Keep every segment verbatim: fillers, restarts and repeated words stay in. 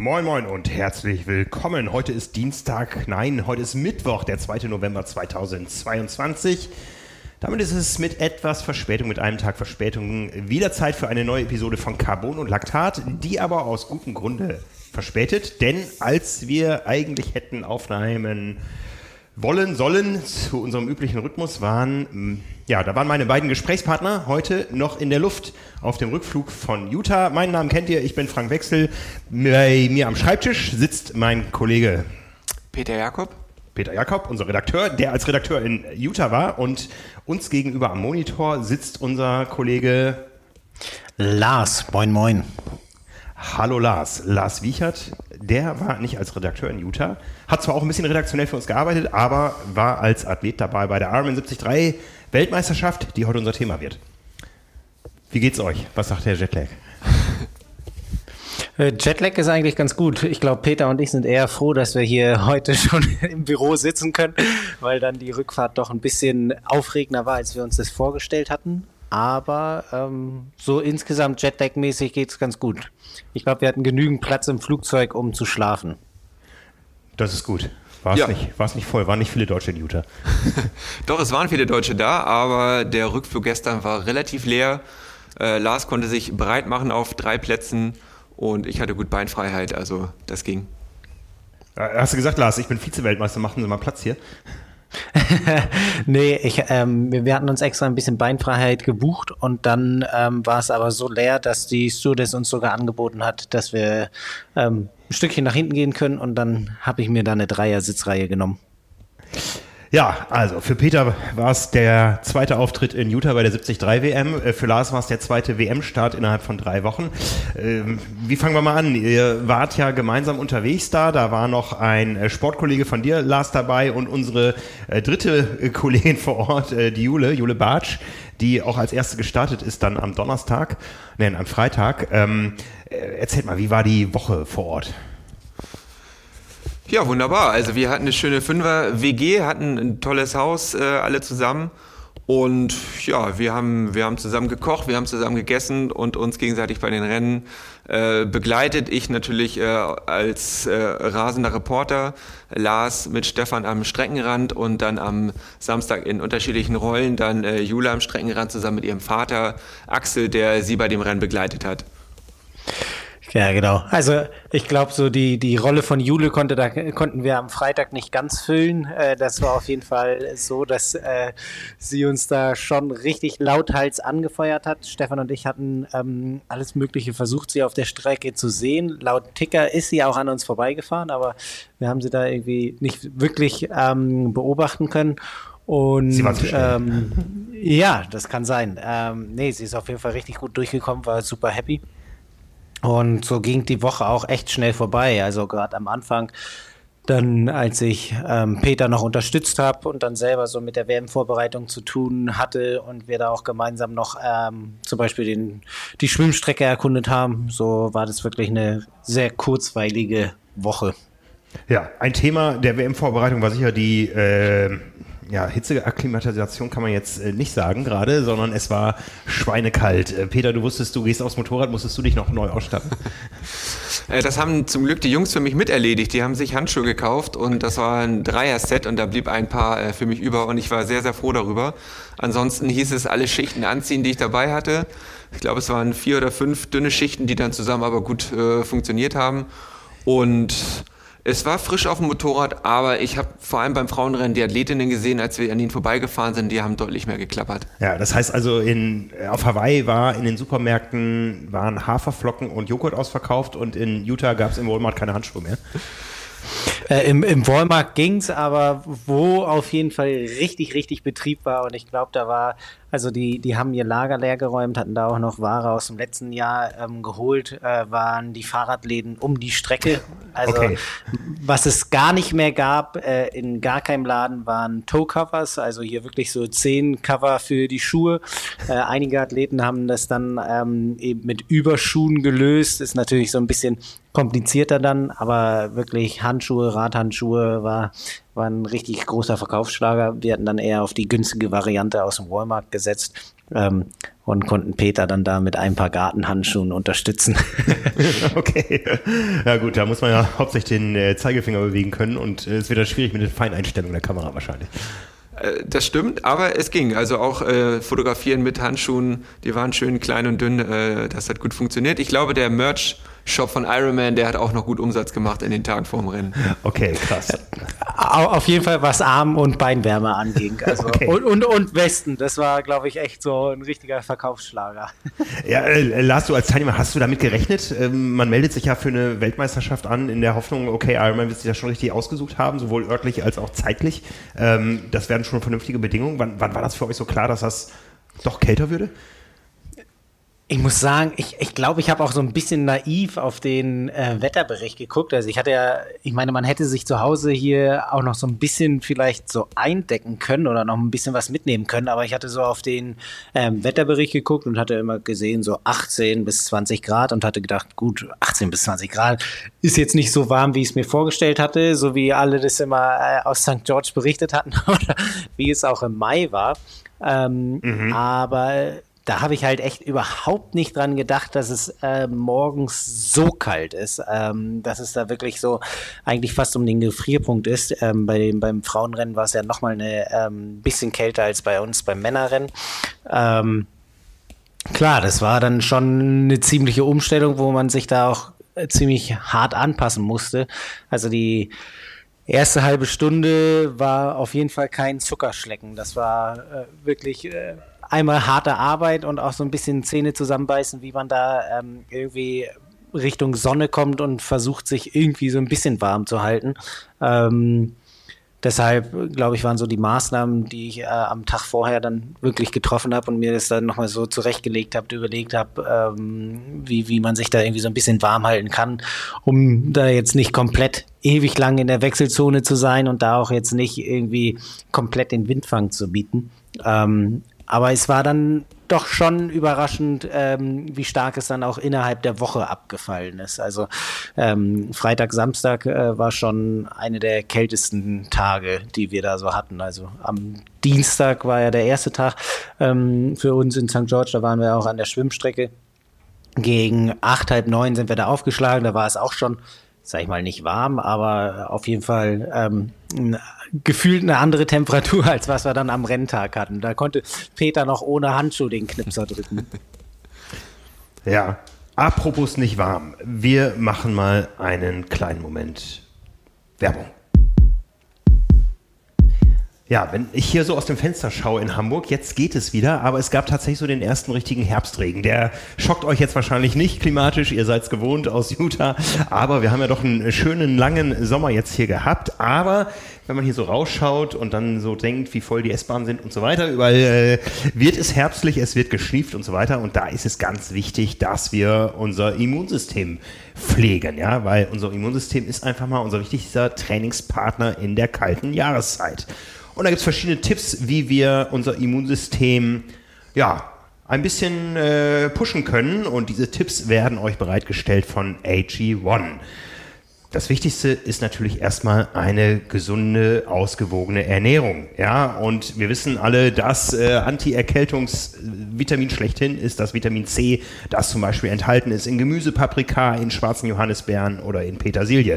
Moin Moin und herzlich willkommen. Heute ist Dienstag, nein, heute ist Mittwoch, der zweite November zweitausendzweiundzwanzig. Damit ist es mit etwas Verspätung, mit einem Tag Verspätung, wieder Zeit für eine neue Episode von Carbon und Laktat, die aber aus gutem Grunde verspätet, denn als wir eigentlich hätten aufnehmen wollen, sollen, zu unserem üblichen Rhythmus waren, ja, da waren meine beiden Gesprächspartner heute noch in der Luft auf dem Rückflug von Utah. Meinen Namen kennt ihr, ich bin Frank Wechsel. Bei mir am Schreibtisch sitzt mein Kollege Peter Jakob. Peter Jakob, unser Redakteur, der als Redakteur in Utah war, und uns gegenüber am Monitor sitzt unser Kollege Lars. Moin Moin. Hallo Lars. Lars Wiechert, der war nicht als Redakteur in Utah, hat zwar auch ein bisschen redaktionell für uns gearbeitet, aber war als Athlet dabei bei der Ironman siebzig Komma drei Weltmeisterschaft, die heute unser Thema wird. Wie geht's euch? Was sagt der Jetlag? Jetlag ist eigentlich ganz gut. Ich glaube, Peter und ich sind eher froh, dass wir hier heute schon im Büro sitzen können, weil dann die Rückfahrt doch ein bisschen aufregender war, als wir uns das vorgestellt hatten. Aber ähm, so insgesamt Jetlag-mäßig geht's ganz gut. Ich glaube, wir hatten genügend Platz im Flugzeug, um zu schlafen. Das ist gut. War es Ja. nicht, war's nicht voll? Waren nicht viele Deutsche in Utah? Doch, es waren viele Deutsche da, aber der Rückflug gestern war relativ leer. Äh, Lars konnte sich bereit machen auf drei Plätzen und ich hatte gut Beinfreiheit, also das ging. Hast du gesagt, Lars, ich bin Vize-Weltmeister, machen Sie mal Platz hier? Nee, ich, ähm, wir, wir hatten uns extra ein bisschen Beinfreiheit gebucht und dann ähm, war es aber so leer, dass die Stewardess uns sogar angeboten hat, dass wir ähm, ein Stückchen nach hinten gehen können, und dann habe ich mir da eine Dreier-Sitzreihe genommen. Ja, also für Peter war es der zweite Auftritt in Utah bei der siebzig Komma drei W M. Für Lars war es der zweite W M-Start innerhalb von drei Wochen. Ähm, wie fangen wir mal an? Ihr wart ja gemeinsam unterwegs da. Da war noch ein Sportkollege von dir, Lars, dabei, und unsere äh, dritte äh, Kollegin vor Ort, äh, die Jule, Jule Bartsch, die auch als erste gestartet ist dann am Donnerstag, nein, am Freitag. Ähm, äh, erzählt mal, wie war die Woche vor Ort? Ja, wunderbar. Also wir hatten eine schöne Fünfer-W G, hatten ein tolles Haus, äh, alle zusammen. Und ja, wir haben, wir haben zusammen gekocht, wir haben zusammen gegessen und uns gegenseitig bei den Rennen äh, begleitet. Ich natürlich äh, als äh, rasender Reporter, Lars mit Stefan am Streckenrand und dann am Samstag in unterschiedlichen Rollen dann äh, Jule am Streckenrand zusammen mit ihrem Vater Axel, der sie bei dem Rennen begleitet hat. Ja, genau. Also ich glaube, so die die Rolle von Jule konnte da konnten wir am Freitag nicht ganz füllen. Äh, das war auf jeden Fall so, dass äh, sie uns da schon richtig lauthals angefeuert hat. Stefan und ich hatten ähm, alles Mögliche versucht, sie auf der Strecke zu sehen. Laut Ticker ist sie auch an uns vorbeigefahren, aber wir haben sie da irgendwie nicht wirklich ähm, beobachten können. Und Sie war zu schnell. ähm, ja, das kann sein. Ähm, nee, sie ist auf jeden Fall richtig gut durchgekommen, war super happy. Und so ging die Woche auch echt schnell vorbei. Also gerade am Anfang, dann als ich ähm, Peter noch unterstützt habe und dann selber so mit der W M-Vorbereitung zu tun hatte und wir da auch gemeinsam noch ähm, zum Beispiel den, die Schwimmstrecke erkundet haben, so war das wirklich eine sehr kurzweilige Woche. Ja, ein Thema der W M-Vorbereitung war sicher die äh, ja, Hitzeakklimatisation, kann man jetzt äh, nicht sagen gerade, sondern es war schweinekalt. Äh, Peter, du wusstest, du gehst aufs Motorrad, musstest du dich noch neu ausstatten? Äh, Das haben zum Glück die Jungs für mich miterledigt. Die haben sich Handschuhe gekauft und das war ein Dreier-Set und da blieb ein Paar äh, für mich über und ich war sehr, sehr froh darüber. Ansonsten hieß es, alle Schichten anziehen, die ich dabei hatte. Ich glaube, es waren vier oder fünf dünne Schichten, die dann zusammen aber gut äh, funktioniert haben. Und es war frisch auf dem Motorrad, aber ich habe vor allem beim Frauenrennen die Athletinnen gesehen, als wir an ihnen vorbeigefahren sind, die haben deutlich mehr geklappert. Ja, das heißt also, in, auf Hawaii war in den Supermärkten waren Haferflocken und Joghurt ausverkauft und in Utah gab es im Walmart keine Handschuhe mehr. Äh, im, Im Walmart ging's, aber wo auf jeden Fall richtig, richtig Betrieb war, und ich glaube, da war, also die, die haben ihr Lager leer geräumt, hatten da auch noch Ware aus dem letzten Jahr ähm, geholt, äh, waren die Fahrradläden um die Strecke. Also Okay. was es gar nicht mehr gab, äh, in gar keinem Laden, waren Toe-Covers, also hier wirklich so zehn Cover für die Schuhe. Äh, einige Athleten haben das dann ähm, eben mit Überschuhen gelöst, ist natürlich so ein bisschen komplizierter dann, aber wirklich Handschuhe, Radhandschuhe war, war ein richtig großer Verkaufsschlager. Wir hatten dann eher auf die günstige Variante aus dem Walmart gesetzt. ähm, und konnten Peter dann da mit ein paar Gartenhandschuhen unterstützen. Okay, ja gut, da muss man ja hauptsächlich den äh, Zeigefinger bewegen können und äh, es wird dann schwierig mit den Feineinstellungen der Kamera wahrscheinlich. Das stimmt, aber es ging. Also auch äh, fotografieren mit Handschuhen, die waren schön klein und dünn, äh, das hat gut funktioniert. Ich glaube, der Merch-Shop von Ironman, der hat auch noch gut Umsatz gemacht in den Tagen vorm Rennen. Okay, krass. Auf jeden Fall, was Arm- und Beinwärme anging. Also, okay. und, und, und Westen, das war, glaube ich, echt so ein richtiger Verkaufsschlager. Ja, äh, Lars, du als Teilnehmer, hast du damit gerechnet? Ähm, man meldet sich ja für eine Weltmeisterschaft an, in der Hoffnung, okay, Ironman wird sich das schon richtig ausgesucht haben, sowohl örtlich als auch zeitlich. Ähm, das werden schon vernünftige Bedingungen. Wann, wann war das für euch so klar, dass das doch kälter würde? Ich muss sagen, ich, ich glaube, ich habe auch so ein bisschen naiv auf den äh, Wetterbericht geguckt. Also ich hatte ja, ich meine, man hätte sich zu Hause hier auch noch so ein bisschen vielleicht so eindecken können oder noch ein bisschen was mitnehmen können. Aber ich hatte so auf den ähm, Wetterbericht geguckt und hatte immer gesehen so achtzehn bis zwanzig Grad und hatte gedacht, gut, achtzehn bis zwanzig Grad ist jetzt nicht so warm, wie ich es mir vorgestellt hatte, so wie alle das immer äh, aus Sankt George berichtet hatten oder wie es auch im Mai war. Ähm, mhm. Aber da habe ich halt echt überhaupt nicht dran gedacht, dass es äh, morgens so kalt ist, ähm, dass es da wirklich so eigentlich fast um den Gefrierpunkt ist. Ähm, bei dem, beim Frauenrennen war es ja nochmal ein ähm, bisschen kälter als bei uns beim Männerrennen. Ähm, klar, das war dann schon eine ziemliche Umstellung, wo man sich da auch äh, ziemlich hart anpassen musste. Also die erste halbe Stunde war auf jeden Fall kein Zuckerschlecken. Das war äh, wirklich äh, einmal harte Arbeit und auch so ein bisschen Zähne zusammenbeißen, wie man da ähm, irgendwie Richtung Sonne kommt und versucht, sich irgendwie so ein bisschen warm zu halten. Ähm, deshalb, glaube ich, waren so die Maßnahmen, die ich äh, am Tag vorher dann wirklich getroffen habe und mir das dann nochmal so zurechtgelegt habe, überlegt habe, ähm, wie, wie man sich da irgendwie so ein bisschen warm halten kann, um da jetzt nicht komplett ewig lang in der Wechselzone zu sein und da auch jetzt nicht irgendwie komplett den Windfang zu bieten. Ähm, aber es war dann doch schon überraschend, ähm, wie stark es dann auch innerhalb der Woche abgefallen ist. Also ähm, Freitag, Samstag äh, war schon eine der kältesten Tage, die wir da so hatten. Also am Dienstag war ja der erste Tag ähm, für uns in Sankt George, da waren wir auch an der Schwimmstrecke. Gegen acht, halb neun sind wir da aufgeschlagen, da war es auch schon, sag ich mal, nicht warm, aber auf jeden Fall ähm, gefühlt eine andere Temperatur, als was wir dann am Renntag hatten. Da konnte Peter noch ohne Handschuh den Knipser drücken. Ja, apropos nicht warm. Wir machen mal einen kleinen Moment Werbung. Ja, wenn ich hier so aus dem Fenster schaue in Hamburg, jetzt geht es wieder, aber es gab tatsächlich so den ersten richtigen Herbstregen. Der schockt euch jetzt wahrscheinlich nicht klimatisch, ihr seid's gewohnt aus Utah, aber wir haben ja doch einen schönen, langen Sommer jetzt hier gehabt. Aber wenn man hier so rausschaut und dann so denkt, wie voll die S-Bahnen sind und so weiter, überall äh, wird es herbstlich, es wird geschnieft und so weiter. Und da ist es ganz wichtig, dass wir unser Immunsystem pflegen, ja, weil unser Immunsystem ist einfach mal unser wichtigster Trainingspartner in der kalten Jahreszeit. Und da gibt es verschiedene Tipps, wie wir unser Immunsystem ja, ein bisschen äh, pushen können. Und diese Tipps werden euch bereitgestellt von A G eins. Das Wichtigste ist natürlich erstmal eine gesunde, ausgewogene Ernährung. Ja, und wir wissen alle, dass äh, Anti-Erkältungsvitamin schlechthin ist das Vitamin C, das zum Beispiel enthalten ist in Gemüse, Paprika, in schwarzen Johannisbeeren oder in Petersilie.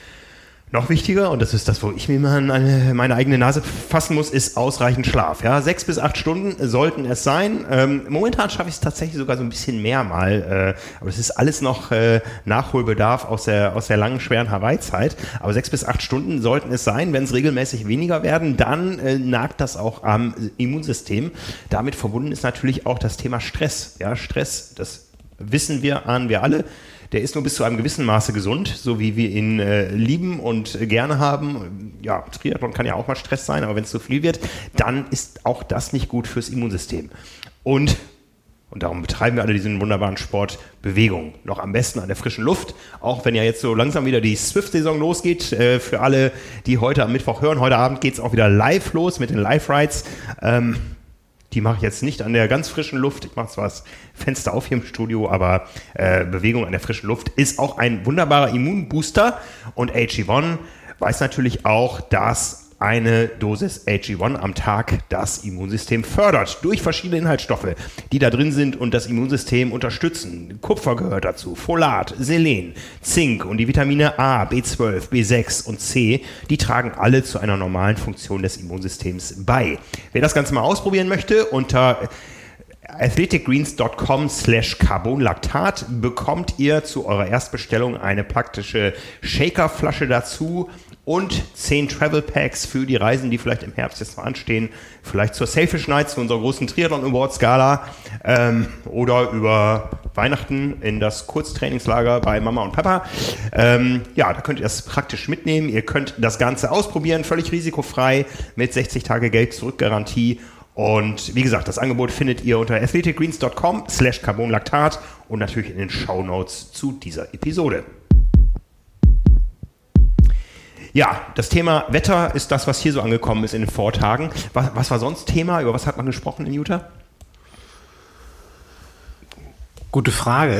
Noch wichtiger, und das ist das, wo ich mir mal an meine eigene Nase fassen muss, ist ausreichend Schlaf. Ja, sechs bis acht Stunden sollten es sein. Ähm, momentan schaffe ich es tatsächlich sogar so ein bisschen mehr mal, äh, aber es ist alles noch äh, Nachholbedarf aus der, aus der langen, schweren Hawaii-Zeit. Aber sechs bis acht Stunden sollten es sein. Wenn es regelmäßig weniger werden, dann äh, nagt das auch am Immunsystem. Damit verbunden ist natürlich auch das Thema Stress. Ja, Stress, das wissen wir, ahnen wir alle. Der ist nur bis zu einem gewissen Maße gesund, so wie wir ihn äh, lieben und äh, gerne haben. Ja, Triathlon kann ja auch mal Stress sein, aber wenn es zu viel wird, dann ist auch das nicht gut fürs Immunsystem. Und, und darum betreiben wir alle diesen wunderbaren Sport, Bewegung. Noch am besten an der frischen Luft, auch wenn ja jetzt so langsam wieder die Swift-Saison losgeht. Äh, für alle, die heute am Mittwoch hören, heute Abend geht es auch wieder live los mit den Live-Rides. Ähm, Die mache ich jetzt nicht an der ganz frischen Luft. Ich mache zwar das Fenster auf hier im Studio, aber äh, Bewegung an der frischen Luft ist auch ein wunderbarer Immunbooster. Und A G eins weiß natürlich auch, dass eine Dosis A G eins am Tag das Immunsystem fördert. Durch verschiedene Inhaltsstoffe, die da drin sind und das Immunsystem unterstützen. Kupfer gehört dazu, Folat, Selen, Zink und die Vitamine A, B zwölf, B sechs und C, die tragen alle zu einer normalen Funktion des Immunsystems bei. Wer das Ganze mal ausprobieren möchte, unter athleticgreens.com slash carbonlactat bekommt ihr zu eurer Erstbestellung eine praktische Shakerflasche dazu und zehn Travel Packs für die Reisen, die vielleicht im Herbst jetzt noch anstehen. Vielleicht zur Selfish Night, zu unserer großen Triathlon Awards Gala ähm, oder über Weihnachten in das Kurztrainingslager bei Mama und Papa. Ähm, ja, da könnt ihr das praktisch mitnehmen. Ihr könnt das Ganze ausprobieren, völlig risikofrei mit sechzig Tage Geld-Zurück-Garantie. Und wie gesagt, das Angebot findet ihr unter athleticgreens.com slash carbonlactat und natürlich in den Shownotes zu dieser Episode. Ja, das Thema Wetter ist das, was hier so angekommen ist in den Vortagen. Was, was war sonst Thema? Über was hat man gesprochen in Utah? Gute Frage.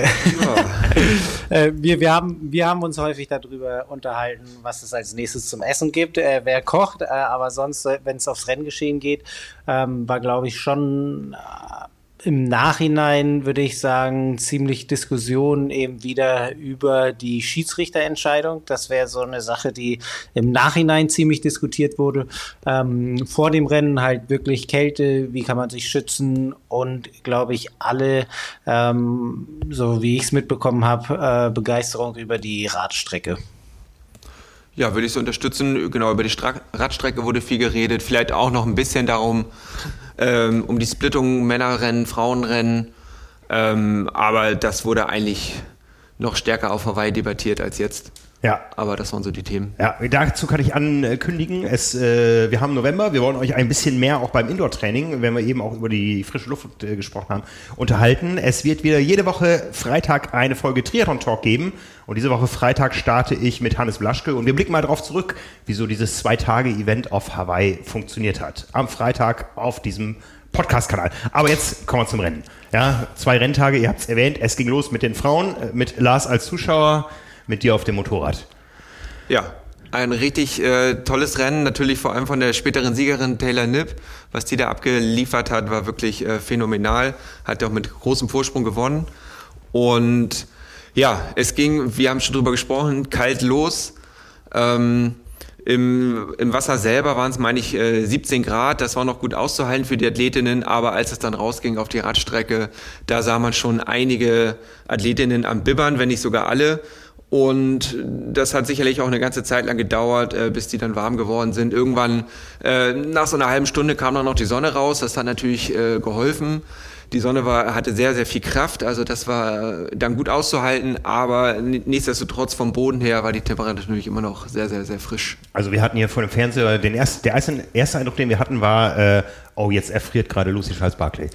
Ja. wir, wir, haben, wir haben uns häufig darüber unterhalten, was es als nächstes zum Essen gibt, äh, wer kocht, äh, aber sonst, wenn es aufs Renngeschehen geht, ähm, war, glaube ich, schon äh, im Nachhinein, würde ich sagen, ziemlich Diskussion eben wieder über die Schiedsrichterentscheidung. Das wäre so eine Sache, die im Nachhinein ziemlich diskutiert wurde. Ähm, vor dem Rennen halt wirklich Kälte, wie kann man sich schützen und, glaube ich, alle, ähm, so wie ich es mitbekommen habe, äh, Begeisterung über die Radstrecke. Ja, würde ich so unterstützen. Genau, über die Stra- Radstrecke wurde viel geredet. Vielleicht auch noch ein bisschen darum, ähm, um die Splittung Männerrennen, Frauenrennen. Ähm, aber das wurde eigentlich noch stärker auf Hawaii debattiert als jetzt. Ja. Aber das waren so die Themen. Ja, dazu kann ich ankündigen, es, äh, wir haben November, wir wollen euch ein bisschen mehr auch beim Indoor-Training, wenn wir eben auch über die frische Luft äh, gesprochen haben, unterhalten. Es wird wieder jede Woche Freitag eine Folge Triathlon-Talk geben und diese Woche Freitag starte ich mit Hannes Blaschke und wir blicken mal darauf zurück, wieso dieses Zwei-Tage-Event auf Hawaii funktioniert hat. Am Freitag auf diesem Podcast-Kanal. Aber jetzt kommen wir zum Rennen. Ja, zwei Renntage, ihr habt es erwähnt, es ging los mit den Frauen, mit Lars als Zuschauer, mit dir auf dem Motorrad. Ja, ein richtig äh, tolles Rennen, natürlich vor allem von der späteren Siegerin Taylor Knipp. Was die da abgeliefert hat, war wirklich äh, phänomenal. Hat ja auch mit großem Vorsprung gewonnen. Und ja, es ging, wir haben schon drüber gesprochen, kalt los. Ähm, im, Im Wasser selber waren es, meine ich, äh, siebzehn Grad. Das war noch gut auszuhalten für die Athletinnen. Aber als es dann rausging auf die Radstrecke, da sah man schon einige Athletinnen am Bibbern, wenn nicht sogar alle. Und das hat sicherlich auch eine ganze Zeit lang gedauert, äh, bis die dann warm geworden sind. Irgendwann, äh, nach so einer halben Stunde kam dann noch die Sonne raus. Das hat natürlich äh, geholfen. Die Sonne war, hatte sehr, sehr viel Kraft. Also das war dann gut auszuhalten. Aber nichtsdestotrotz vom Boden her war die Temperatur natürlich immer noch sehr, sehr, sehr frisch. Also wir hatten hier vor dem Fernseher, den ersten, der erste, erste Eindruck, den wir hatten, war, äh, oh, jetzt erfriert gerade Lucy Charles-Barclay.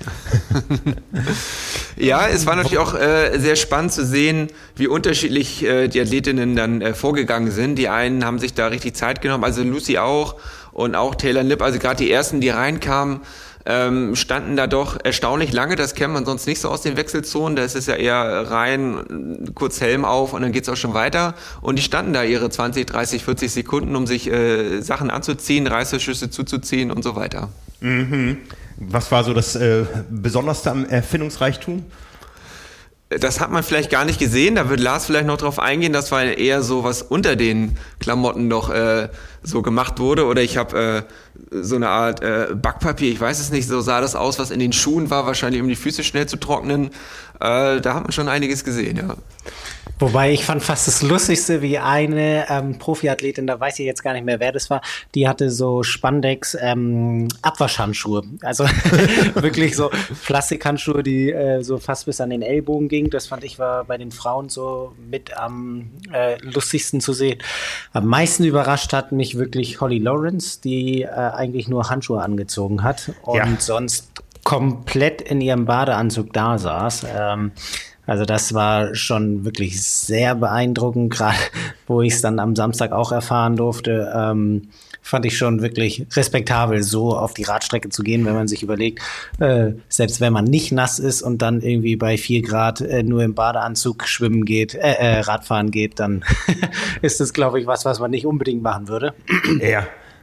Ja, es war natürlich auch äh, sehr spannend zu sehen, wie unterschiedlich äh, die Athletinnen dann äh, vorgegangen sind. Die einen haben sich da richtig Zeit genommen, also Lucy auch und auch Taylor Knipp, also gerade die ersten, die reinkamen, ähm, standen da doch erstaunlich lange. Das kennt man sonst nicht so aus den Wechselzonen. Da ist es ja eher rein, kurz Helm auf und dann geht's auch schon weiter. Und die standen da ihre zwanzig, dreißig, vierzig Sekunden, um sich äh, Sachen anzuziehen, Reißverschlüsse zuzuziehen und so weiter. Mhm. Was war so das äh, Besonderste am Erfindungsreichtum? Das hat man vielleicht gar nicht gesehen, da wird Lars vielleicht noch drauf eingehen, das war eher so, was unter den Klamotten noch äh, so gemacht wurde. Oder ich habe äh, so eine Art äh, Backpapier, ich weiß es nicht, so sah das aus, was in den Schuhen war, wahrscheinlich um die Füße schnell zu trocknen. Äh, da hat man schon einiges gesehen, ja. Wobei ich fand fast das Lustigste, wie eine ähm, Profiathletin, da weiß ich jetzt gar nicht mehr, wer das war, die hatte so Spandex ähm, Abwaschhandschuhe. Also wirklich so Plastikhandschuhe, die äh, so fast bis an den Ellbogen ging. Das fand ich war bei den Frauen so mit am äh, lustigsten zu sehen. Am meisten überrascht hat mich wirklich Holly Lawrence, die äh, eigentlich nur Handschuhe angezogen hat und ja. sonst komplett in ihrem Badeanzug da saß. Ähm, Also das war schon wirklich sehr beeindruckend, gerade wo ich es dann am Samstag auch erfahren durfte, ähm, fand ich schon wirklich respektabel, so auf die Radstrecke zu gehen, wenn man sich überlegt, äh, selbst wenn man nicht nass ist und dann irgendwie bei vier Grad äh, nur im Badeanzug schwimmen geht, äh, äh, Radfahren geht, dann ist das, glaube ich, was, was man nicht unbedingt machen würde. Ja.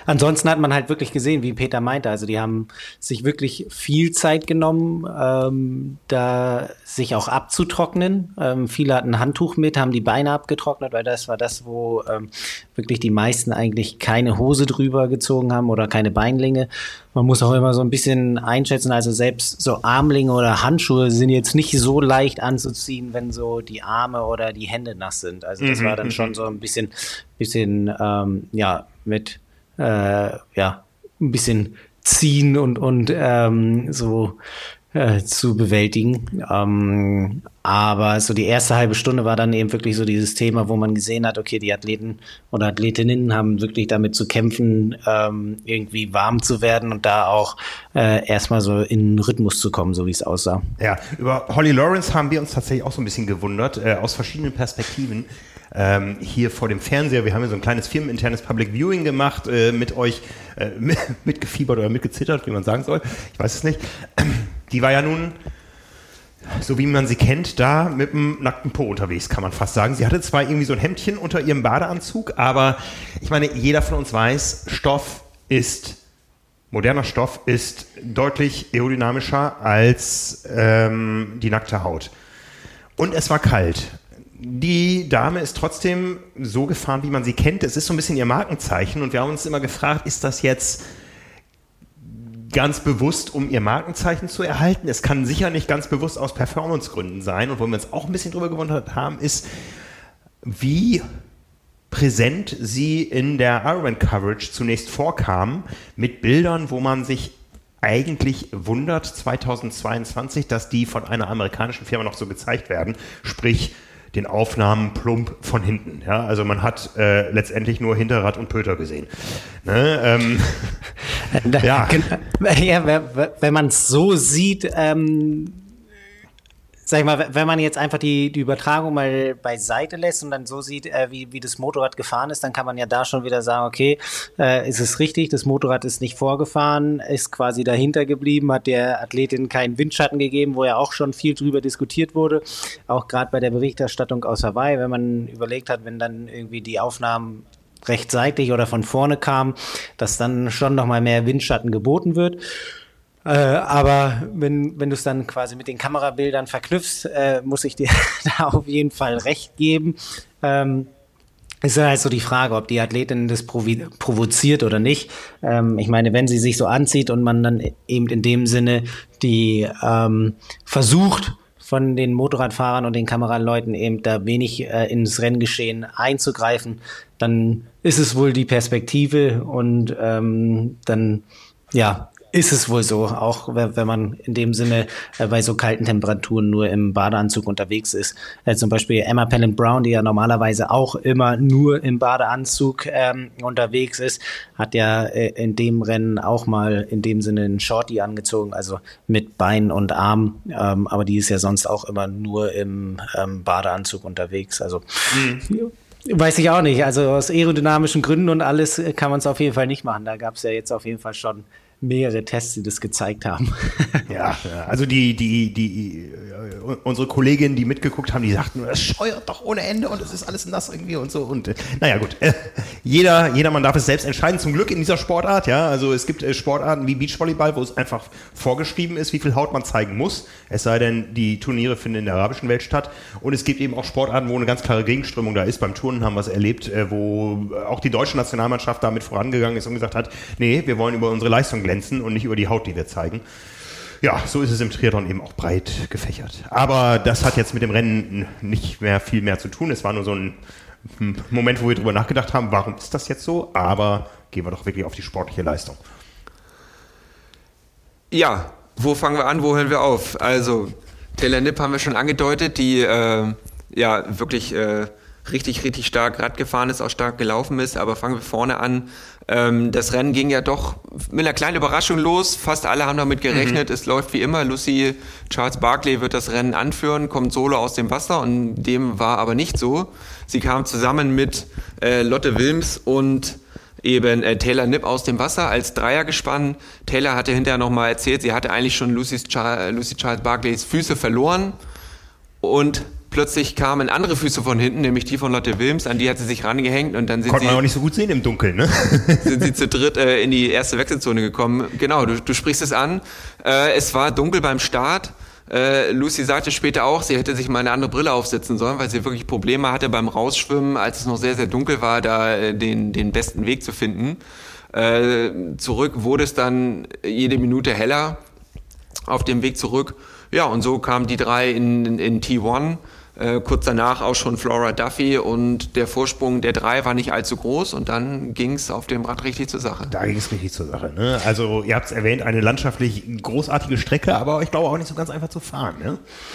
ansonsten hat man halt wirklich gesehen, wie Peter meinte, also die haben sich wirklich viel Zeit genommen, ähm, da sich auch abzutrocknen. Ähm, viele hatten ein Handtuch mit, haben die Beine abgetrocknet, weil das war das, wo ähm, wirklich die meisten eigentlich keine Hose drüber gezogen haben oder keine Beinlinge. Man muss auch immer so ein bisschen einschätzen, also selbst so Armlinge oder Handschuhe sind jetzt nicht so leicht anzuziehen, wenn so die Arme oder die Hände nass sind. Also das war dann schon so ein bisschen, bisschen ähm, ja, mit äh, ja, ein bisschen ziehen und, und ähm, so äh, zu bewältigen. Ähm, aber so die erste halbe Stunde war dann eben wirklich so dieses Thema, wo man gesehen hat, okay, die Athleten oder Athletinnen haben wirklich damit zu kämpfen, ähm, irgendwie warm zu werden und da auch äh, erstmal so in den Rhythmus zu kommen, so wie es aussah. Ja, über Holly Lawrence haben wir uns tatsächlich auch so ein bisschen gewundert, äh, aus verschiedenen Perspektiven. Ähm, hier vor dem Fernseher, wir haben ja so ein kleines firmeninternes Public Viewing gemacht, äh, mit euch äh, mitgefiebert oder mitgezittert, wie man sagen soll, ich weiß es nicht. Die war ja nun, so wie man sie kennt, da mit dem nackten Po unterwegs, kann man fast sagen. Sie hatte zwar irgendwie so ein Hemdchen unter ihrem Badeanzug, aber ich meine, jeder von uns weiß, Stoff ist, moderner Stoff ist deutlich aerodynamischer als ähm, die nackte Haut. Und es war kalt. Die Dame ist trotzdem so gefahren, wie man sie kennt. Es ist so ein bisschen ihr Markenzeichen und wir haben uns immer gefragt, ist das jetzt ganz bewusst, um ihr Markenzeichen zu erhalten? Es kann sicher nicht ganz bewusst aus Performancegründen sein. Und wo wir uns auch ein bisschen drüber gewundert haben, ist, wie präsent sie in der Ironman-Coverage zunächst vorkam, mit Bildern, wo man sich eigentlich wundert, zweitausendzweiundzwanzig, dass die von einer amerikanischen Firma noch so gezeigt werden. Sprich, den Aufnahmen plump von hinten. Ja, also man hat äh, letztendlich nur Hinterrad und Pöter gesehen. Ne? Ähm, ja. ja, wenn man es so sieht, ähm, sag ich mal, wenn man jetzt einfach die, die Übertragung mal beiseite lässt und dann so sieht, äh, wie, wie das Motorrad gefahren ist, dann kann man ja da schon wieder sagen, okay, äh, ist es richtig, das Motorrad ist nicht vorgefahren, ist quasi dahinter geblieben, hat der Athletin keinen Windschatten gegeben, wo ja auch schon viel drüber diskutiert wurde, auch gerade bei der Berichterstattung aus Hawaii, wenn man überlegt hat, wenn dann irgendwie die Aufnahmen rechtzeitig oder von vorne kamen, dass dann schon nochmal mehr Windschatten geboten wird. Äh, aber wenn, wenn du es dann quasi mit den Kamerabildern verknüpfst, äh, muss ich dir da auf jeden Fall recht geben. Ähm, ist halt so die Frage, ob die Athletin das provi- provoziert oder nicht. Ähm, ich meine, wenn sie sich so anzieht und man dann eben in dem Sinne die ähm, versucht, von den Motorradfahrern und den Kameraleuten eben da wenig äh, ins Renngeschehen einzugreifen, dann ist es wohl die Perspektive und ähm, dann, ja, ist es wohl so, auch wenn man in dem Sinne äh, bei so kalten Temperaturen nur im Badeanzug unterwegs ist. Äh, zum Beispiel Emma Pennant-Brown, die ja normalerweise auch immer nur im Badeanzug ähm, unterwegs ist, hat ja äh, in dem Rennen auch mal in dem Sinne einen Shorty angezogen, also mit Bein und Arm. Ähm, aber die ist ja sonst auch immer nur im ähm, Badeanzug unterwegs. Also mhm. Weiß ich auch nicht. Also aus aerodynamischen Gründen und alles kann man es auf jeden Fall nicht machen. Da gab es ja jetzt auf jeden Fall schon mehrere Tests, die das gezeigt haben. Ja, also die, die, die, äh, unsere Kolleginnen, die mitgeguckt haben, die sagten, das scheuert doch ohne Ende und es ist alles nass irgendwie und so. Und äh, naja gut, äh, jeder, jeder, man darf es selbst entscheiden, zum Glück in dieser Sportart, ja. Also es gibt äh, Sportarten wie Beachvolleyball, wo es einfach vorgeschrieben ist, wie viel Haut man zeigen muss. Es sei denn, die Turniere finden in der arabischen Welt statt. Und es gibt eben auch Sportarten, wo eine ganz klare Gegenströmung da ist. Beim Turnen haben wir es erlebt, äh, wo auch die deutsche Nationalmannschaft damit vorangegangen ist und gesagt hat, nee, wir wollen über unsere Leistung glänzen und nicht über die Haut, die wir zeigen. Ja, so ist es im Triathlon eben auch breit gefächert. Aber das hat jetzt mit dem Rennen nicht mehr viel mehr zu tun. Es war nur so ein Moment, wo wir drüber nachgedacht haben, warum ist das jetzt so? Aber gehen wir doch wirklich auf die sportliche Leistung. Ja, wo fangen wir an, wo hören wir auf? Also, Taylor Knipp haben wir schon angedeutet, die äh, ja wirklich äh, richtig, richtig stark Rad gefahren ist, auch stark gelaufen ist. Aber fangen wir vorne an. Ähm, das Rennen ging ja doch mit einer kleinen Überraschung los. Fast alle haben damit gerechnet. Mhm. Es läuft wie immer. Lucy Charles-Barclay wird das Rennen anführen, kommt solo aus dem Wasser und dem war aber nicht so. Sie kam zusammen mit äh, Lotte Wilms und eben äh, Taylor Knipp aus dem Wasser als Dreiergespann. Taylor hatte hinterher nochmal erzählt, sie hatte eigentlich schon Lucy's Char- Lucy Charles-Barclays Füße verloren und Plötzlich kamen andere Füße von hinten, nämlich die von Lotte Wilms, an die hat sie sich rangehängt und dann sind Konnte sie... man auch nicht so gut sehen im Dunkeln, ne? sind sie zu dritt äh, in die erste Wechselzone gekommen. Genau, du, du sprichst es an. Äh, es war dunkel beim Start. Äh, Lucy sagte später auch, sie hätte sich mal eine andere Brille aufsetzen sollen, weil sie wirklich Probleme hatte beim Rausschwimmen, als es noch sehr, sehr dunkel war, da äh, den, den besten Weg zu finden. Äh, zurück wurde es dann jede Minute heller auf dem Weg zurück. Ja, und so kamen die drei in, in, in T eins. Äh, kurz danach auch schon Flora Duffy und der Vorsprung der drei war nicht allzu groß und dann ging es auf dem Rad richtig zur Sache. Da ging es richtig zur Sache. Ne? Also ihr habt es erwähnt, eine landschaftlich großartige Strecke, aber ich glaube auch nicht so ganz einfach zu fahren. Ne?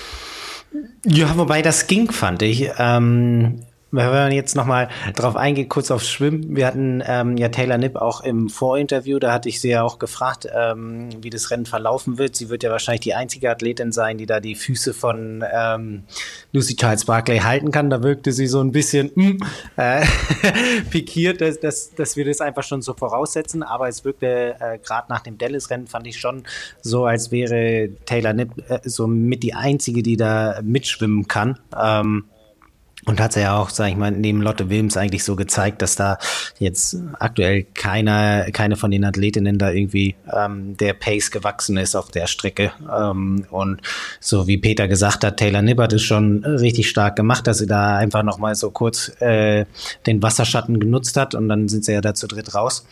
Ja, wobei das ging, fand ich. Ähm, wenn man jetzt nochmal drauf eingeht, kurz aufs Schwimmen. Wir hatten ähm, ja Taylor Knipp auch im Vorinterview, da hatte ich sie ja auch gefragt, ähm, wie das Rennen verlaufen wird. Sie wird ja wahrscheinlich die einzige Athletin sein, die da die Füße von ähm, Lucy Charles Barclay halten kann. Da wirkte sie so ein bisschen mm, äh, pikiert, dass, dass, dass wir das einfach schon so voraussetzen. Aber es wirkte äh, gerade nach dem Dallas-Rennen, fand ich schon so, als wäre Taylor Knipp äh, so mit die einzige, die da mitschwimmen kann. Ähm, Und hat sie ja auch, sag ich mal, neben Lotte Wilms eigentlich so gezeigt, dass da jetzt aktuell keiner, keine von den Athletinnen da irgendwie ähm, der Pace gewachsen ist auf der Strecke. Ähm, und so wie Peter gesagt hat, Taylor Knipp hat es schon richtig stark gemacht, dass sie da einfach nochmal so kurz äh, den Wasserschatten genutzt hat und dann sind sie ja da zu dritt raus.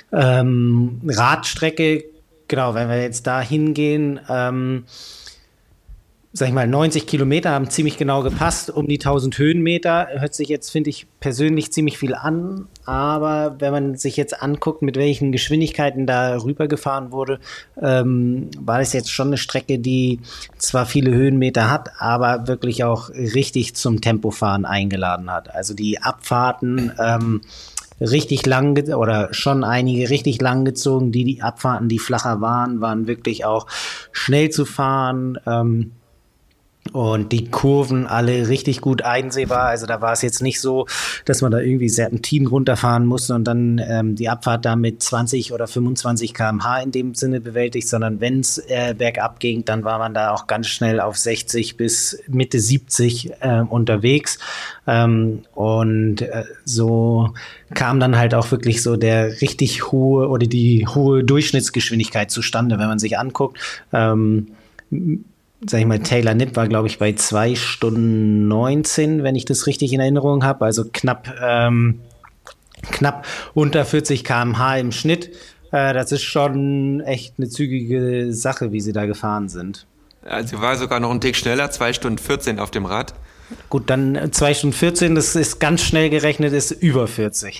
Ähm, Radstrecke, genau, wenn wir jetzt da hingehen, ähm, sag ich mal, neunzig Kilometer haben ziemlich genau gepasst, um die tausend Höhenmeter. Hört sich jetzt, finde ich, persönlich ziemlich viel an. Aber wenn man sich jetzt anguckt, mit welchen Geschwindigkeiten da rübergefahren wurde, ähm, war das jetzt schon eine Strecke, die zwar viele Höhenmeter hat, aber wirklich auch richtig zum Tempofahren eingeladen hat. Also die Abfahrten, ähm, richtig lang oder schon einige richtig lang gezogen. Die, die Abfahrten, die flacher waren, waren wirklich auch schnell zu fahren. Ähm, Und die Kurven alle richtig gut einsehbar. Also da war es jetzt nicht so, dass man da irgendwie Serpentinen runterfahren musste und dann ähm, die Abfahrt da mit zwanzig oder fünfundzwanzig Kilometer pro Stunde in dem Sinne bewältigt, sondern wenn es äh, bergab ging, dann war man da auch ganz schnell auf sechzig bis Mitte siebzig äh, unterwegs. Ähm, und äh, so kam dann halt auch wirklich so der richtig hohe oder die hohe Durchschnittsgeschwindigkeit zustande, wenn man sich anguckt. Ähm, Sag ich mal, Taylor Knipp war, glaube ich, bei zwei Stunden neunzehn, wenn ich das richtig in Erinnerung habe. Also knapp, ähm, knapp unter vierzig Kilometer pro Stunde im Schnitt. Äh, das ist schon echt eine zügige Sache, wie sie da gefahren sind. Also war sogar noch ein Tick schneller, zwei Stunden vierzehn auf dem Rad. Gut, dann zwei Stunden vierzehn, das ist ganz schnell gerechnet, ist über vierzig.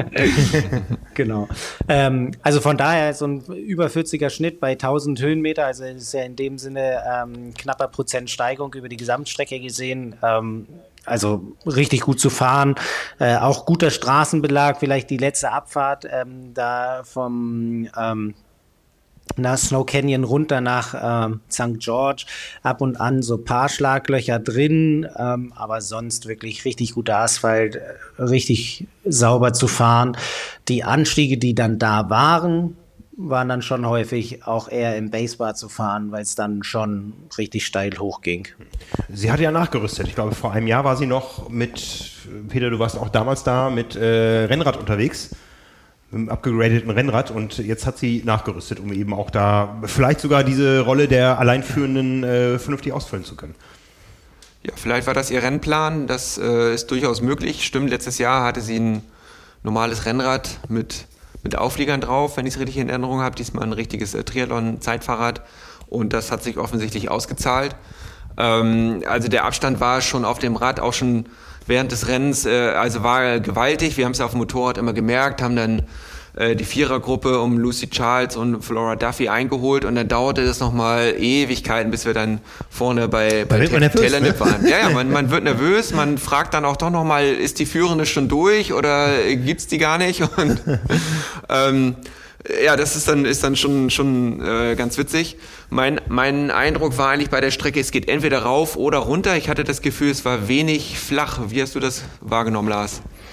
Genau. Ähm, also von daher so ein über vierziger Schnitt bei tausend Höhenmeter, also ist ja in dem Sinne ähm, knapper Prozent Steigung über die Gesamtstrecke gesehen. Ähm, also richtig gut zu fahren. Äh, auch guter Straßenbelag, vielleicht die letzte Abfahrt ähm, da vom ähm, nach Snow Canyon runter nach ähm, Sankt George, ab und an so ein paar Schlaglöcher drin, ähm, aber sonst wirklich richtig guter Asphalt, äh, richtig sauber zu fahren. Die Anstiege, die dann da waren, waren dann schon häufig auch eher im Basebar zu fahren, weil es dann schon richtig steil hochging. Sie hatte ja nachgerüstet. Ich glaube, vor einem Jahr war sie noch mit, Peter, du warst auch damals da, mit äh, Rennrad unterwegs. Im abgegradeten Rennrad und jetzt hat sie nachgerüstet, um eben auch da vielleicht sogar diese Rolle der Alleinführenden äh, vernünftig ausfüllen zu können. Ja, vielleicht war das ihr Rennplan, das äh, ist durchaus möglich. Stimmt, letztes Jahr hatte sie ein normales Rennrad mit, mit Aufliegern drauf, wenn ich es richtig in Erinnerung habe, diesmal ein richtiges äh, Triathlon-Zeitfahrrad und das hat sich offensichtlich ausgezahlt. Ähm, also der Abstand war schon auf dem Rad auch schon während des Rennens, äh, also war gewaltig. Wir haben es auf dem Motorrad immer gemerkt, haben dann äh, die Vierergruppe um Lucy Charles und Flora Duffy eingeholt und dann dauerte das nochmal Ewigkeiten, bis wir dann vorne bei, bei Ta- Taylor Knipp waren. Ja, ja, man, man wird nervös, man fragt dann auch doch nochmal, ist die Führende schon durch oder gibt's die gar nicht? Und ähm, ja, das ist dann, ist dann schon, schon äh, ganz witzig. Mein, mein Eindruck war eigentlich bei der Strecke, es geht entweder rauf oder runter. Ich hatte das Gefühl, es war wenig flach. Wie hast du das wahrgenommen, Lars?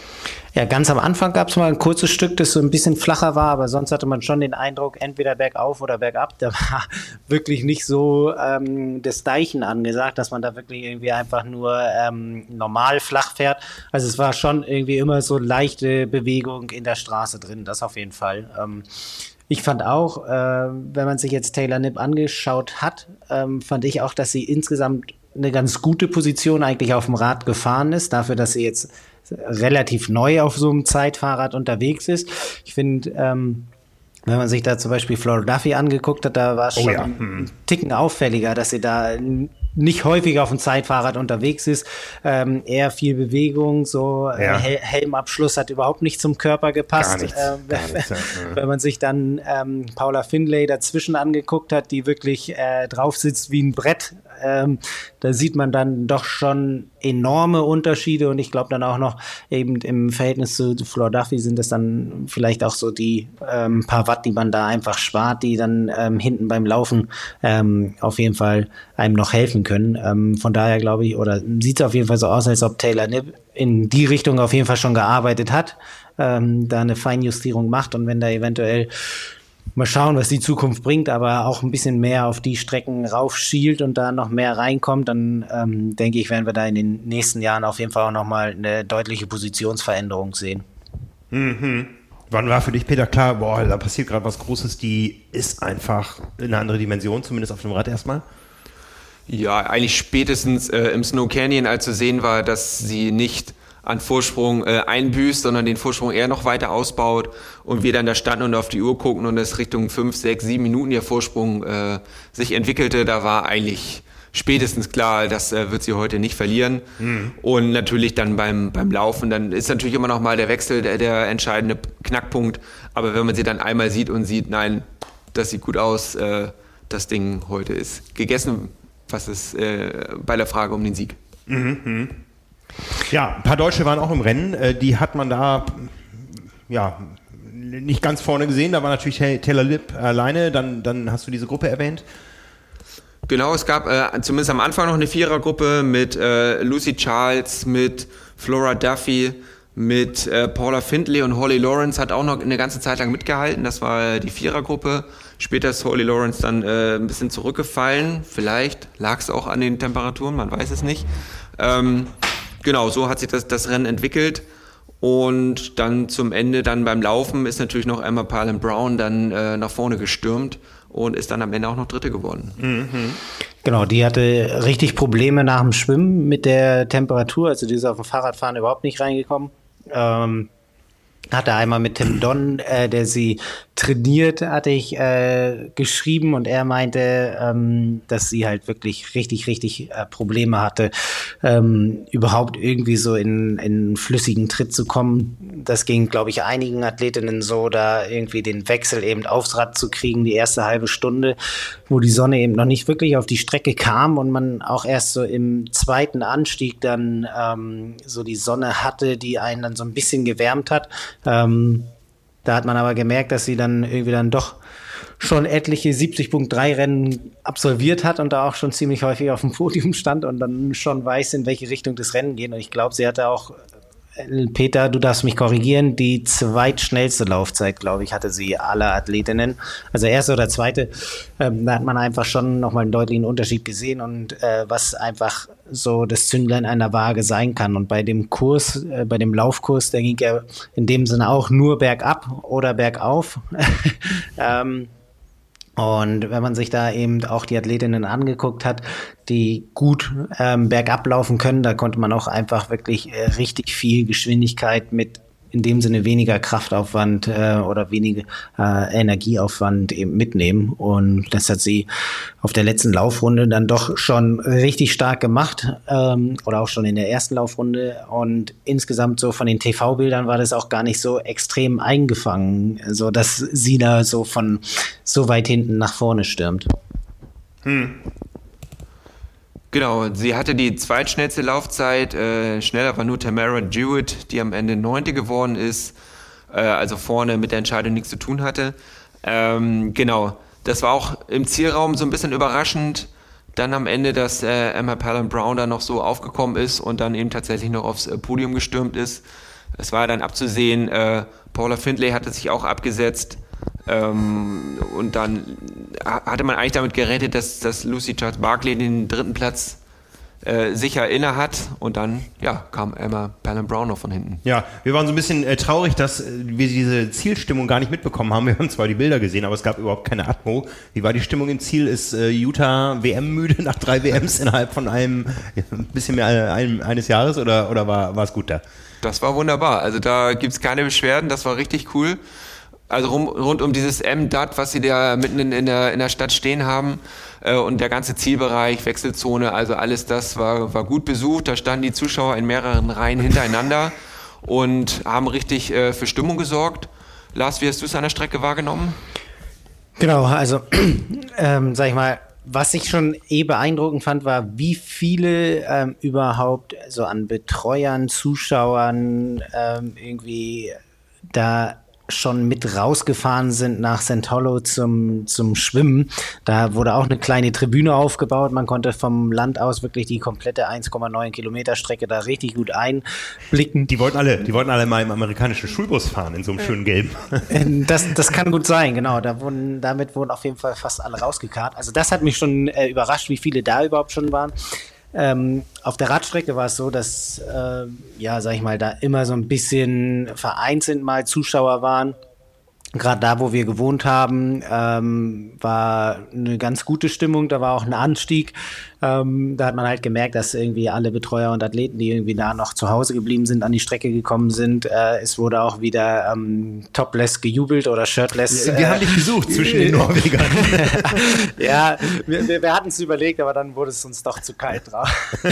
Ja, ganz am Anfang gab es mal ein kurzes Stück, das so ein bisschen flacher war, aber sonst hatte man schon den Eindruck, entweder bergauf oder bergab. Da war wirklich nicht so ähm, das Deichen angesagt, dass man da wirklich irgendwie einfach nur ähm, normal flach fährt. Also es war schon irgendwie immer so leichte Bewegung in der Straße drin, das auf jeden Fall. Ähm, Ich fand auch, äh, wenn man sich jetzt Taylor Knipp angeschaut hat, ähm, fand ich auch, dass sie insgesamt eine ganz gute Position eigentlich auf dem Rad gefahren ist, dafür, dass sie jetzt relativ neu auf so einem Zeitfahrrad unterwegs ist. Ich finde, ähm, wenn man sich da zum Beispiel Flora Duffy angeguckt hat, da war es Oh schon ja. ein Hm. Ticken auffälliger, dass sie da nicht häufig auf dem Zeitfahrrad unterwegs ist, ähm, eher viel Bewegung, so Ja. äh, Hel Helmabschluss hat überhaupt nicht zum Körper gepasst. Gar nichts, Ähm, gar nichts, ja. Wenn man sich dann ähm, Paula Findlay dazwischen angeguckt hat, die wirklich äh, drauf sitzt wie ein Brett, ähm, da sieht man dann doch schon enorme Unterschiede und ich glaube dann auch noch eben im Verhältnis zu Flora Duffy sind das dann vielleicht auch so die ähm, paar Watt, die man da einfach spart, die dann ähm, hinten beim Laufen ähm, auf jeden Fall einem noch helfen können. Ähm, von daher glaube ich, oder sieht es auf jeden Fall so aus, als ob Taylor Knipp in die Richtung auf jeden Fall schon gearbeitet hat, ähm, da eine Feinjustierung macht und wenn da eventuell mal schauen, was die Zukunft bringt, aber auch ein bisschen mehr auf die Strecken raufschielt und da noch mehr reinkommt, dann ähm, denke ich, werden wir da in den nächsten Jahren auf jeden Fall auch nochmal eine deutliche Positionsveränderung sehen. Mhm. Wann war für dich, Peter, klar, boah, da passiert gerade was Großes, die ist einfach eine andere Dimension, zumindest auf dem Rad erstmal? Ja, eigentlich spätestens äh, im Snow Canyon, als zu sehen war, dass sie nicht an Vorsprung äh, einbüßt, sondern den Vorsprung eher noch weiter ausbaut und wir dann da standen und auf die Uhr gucken und es Richtung fünf, sechs, sieben Minuten ihr Vorsprung äh, sich entwickelte, da war eigentlich spätestens klar, das äh, wird sie heute nicht verlieren. Mhm. Und natürlich dann beim, beim Laufen, dann ist natürlich immer noch mal der Wechsel der, der entscheidende Knackpunkt, aber wenn man sie dann einmal sieht und sieht, nein, das sieht gut aus, äh, das Ding heute ist gegessen, was ist äh, bei der Frage um den Sieg. Mhm. Ja, ein paar Deutsche waren auch im Rennen, äh, die hat man da ja nicht ganz vorne gesehen, da war natürlich Taylor Knipp alleine, dann, dann hast du diese Gruppe erwähnt. Genau, es gab äh, zumindest am Anfang noch eine Vierergruppe mit äh, Lucy Charles, mit Flora Duffy, mit äh, Paula Findlay und Holly Lawrence hat auch noch eine ganze Zeit lang mitgehalten. Das war die Vierergruppe. Später ist Holly Lawrence dann äh, ein bisschen zurückgefallen. Vielleicht lag es auch an den Temperaturen, man weiß es nicht. Ähm, genau, so hat sich das, das Rennen entwickelt. Und dann zum Ende, dann beim Laufen, ist natürlich noch Emma Parlin Brown dann äh, nach vorne gestürmt und ist dann am Ende auch noch Dritte geworden. Mhm. Genau, die hatte richtig Probleme nach dem Schwimmen mit der Temperatur, also die ist auf dem Fahrradfahren überhaupt nicht reingekommen. Ähm, hatte einmal mit Tim Don, äh, der sie trainiert, hatte ich äh, geschrieben und er meinte, ähm, dass sie halt wirklich richtig, richtig äh, Probleme hatte, ähm, überhaupt irgendwie so in, in einen flüssigen Tritt zu kommen. Das ging, glaube ich, einigen Athletinnen so, da irgendwie den Wechsel eben aufs Rad zu kriegen, die erste halbe Stunde, wo die Sonne eben noch nicht wirklich auf die Strecke kam und man auch erst so im zweiten Anstieg dann ähm, so die Sonne hatte, die einen dann so ein bisschen gewärmt hat. Ähm, da hat man aber gemerkt, dass sie dann irgendwie dann doch schon etliche siebzig Punkt drei Rennen absolviert hat und da auch schon ziemlich häufig auf dem Podium stand und dann schon weiß, in welche Richtung das Rennen geht. Und ich glaube, sie hatte auch, Peter, du darfst mich korrigieren, die zweitschnellste Laufzeit, glaube ich, hatte sie aller Athletinnen. Also erste oder zweite, ähm, da hat man einfach schon nochmal einen deutlichen Unterschied gesehen und äh, was einfach so das Zünglein einer Waage sein kann. Und bei dem Kurs, äh, bei dem Laufkurs, der ging ja in dem Sinne auch nur bergab oder bergauf. ähm, Und wenn man sich da eben auch die Athletinnen angeguckt hat, die gut ähm, bergab laufen können, da konnte man auch einfach wirklich äh, richtig viel Geschwindigkeit mit in dem Sinne weniger Kraftaufwand äh, oder weniger äh, Energieaufwand eben mitnehmen. Und das hat sie auf der letzten Laufrunde dann doch schon richtig stark gemacht ähm, oder auch schon in der ersten Laufrunde. Und insgesamt so von den T V-Bildern war das auch gar nicht so extrem eingefangen, so dass sie da so von so weit hinten nach vorne stürmt. Hm. Genau, sie hatte die zweitschnellste Laufzeit, äh, schneller war nur Tamara Jewett, die am Ende Neunte geworden ist, äh, also vorne mit der Entscheidung nichts zu tun hatte. Ähm, genau, das war auch im Zielraum so ein bisschen überraschend, dann am Ende, dass äh, Emma Parlin Brown da noch so aufgekommen ist und dann eben tatsächlich noch aufs äh, Podium gestürmt ist. Es war dann abzusehen, äh, Paula Findlay hatte sich auch abgesetzt. Ähm, und dann hatte man eigentlich damit gerettet, dass, dass Lucy Charles-Barclay den dritten Platz äh, sicher inne hat. Und dann ja, kam Emma Palin-Brown noch von hinten. Ja, wir waren so ein bisschen äh, traurig, dass äh, wir diese Zielstimmung gar nicht mitbekommen haben. Wir haben zwar die Bilder gesehen, aber es gab überhaupt keine Atmo. Wie war die Stimmung im Ziel? Ist äh, Utah W M-müde nach drei W Ms innerhalb von einem ja, ein bisschen mehr einem, eines Jahres oder, oder war, war es gut da? Das war wunderbar. Also da gibt es keine Beschwerden. Das war richtig cool. Also rum, rund um dieses M D A T, was sie da mitten in, in, der, in der Stadt stehen haben äh, und der ganze Zielbereich, Wechselzone, also alles das war, war gut besucht. Da standen die Zuschauer in mehreren Reihen hintereinander und haben richtig äh, für Stimmung gesorgt. Lars, wie hast du es an der Strecke wahrgenommen? Genau, also ähm, sag ich mal, was ich schon eh beeindruckend fand, war, wie viele ähm, überhaupt so an Betreuern, Zuschauern ähm, irgendwie da schon mit rausgefahren sind nach Saint Hollow zum, zum Schwimmen. Da wurde auch eine kleine Tribüne aufgebaut. Man konnte vom Land aus wirklich die komplette eins Komma neun Kilometer Strecke da richtig gut einblicken. Die wollten alle, die wollten alle mal im amerikanischen Schulbus fahren, in so einem schönen Gelben. Das, das kann gut sein, genau. Da wurden, damit wurden auf jeden Fall fast alle rausgekarrt. Also das hat mich schon äh, überrascht, wie viele da überhaupt schon waren. Ähm, auf der Radstrecke war es so, dass, äh, ja, sag ich mal, da immer so ein bisschen vereinzelt mal Zuschauer waren. Gerade da, wo wir gewohnt haben, ähm, war eine ganz gute Stimmung. Da war auch ein Anstieg. Ähm, da hat man halt gemerkt, dass irgendwie alle Betreuer und Athleten, die irgendwie da noch zu Hause geblieben sind, an die Strecke gekommen sind. Äh, es wurde auch wieder ähm, topless gejubelt oder shirtless. Wir äh, haben dich gesucht zwischen den Norwegern. Ja, wir, wir, wir hatten es überlegt, aber dann wurde es uns doch zu kalt drauf.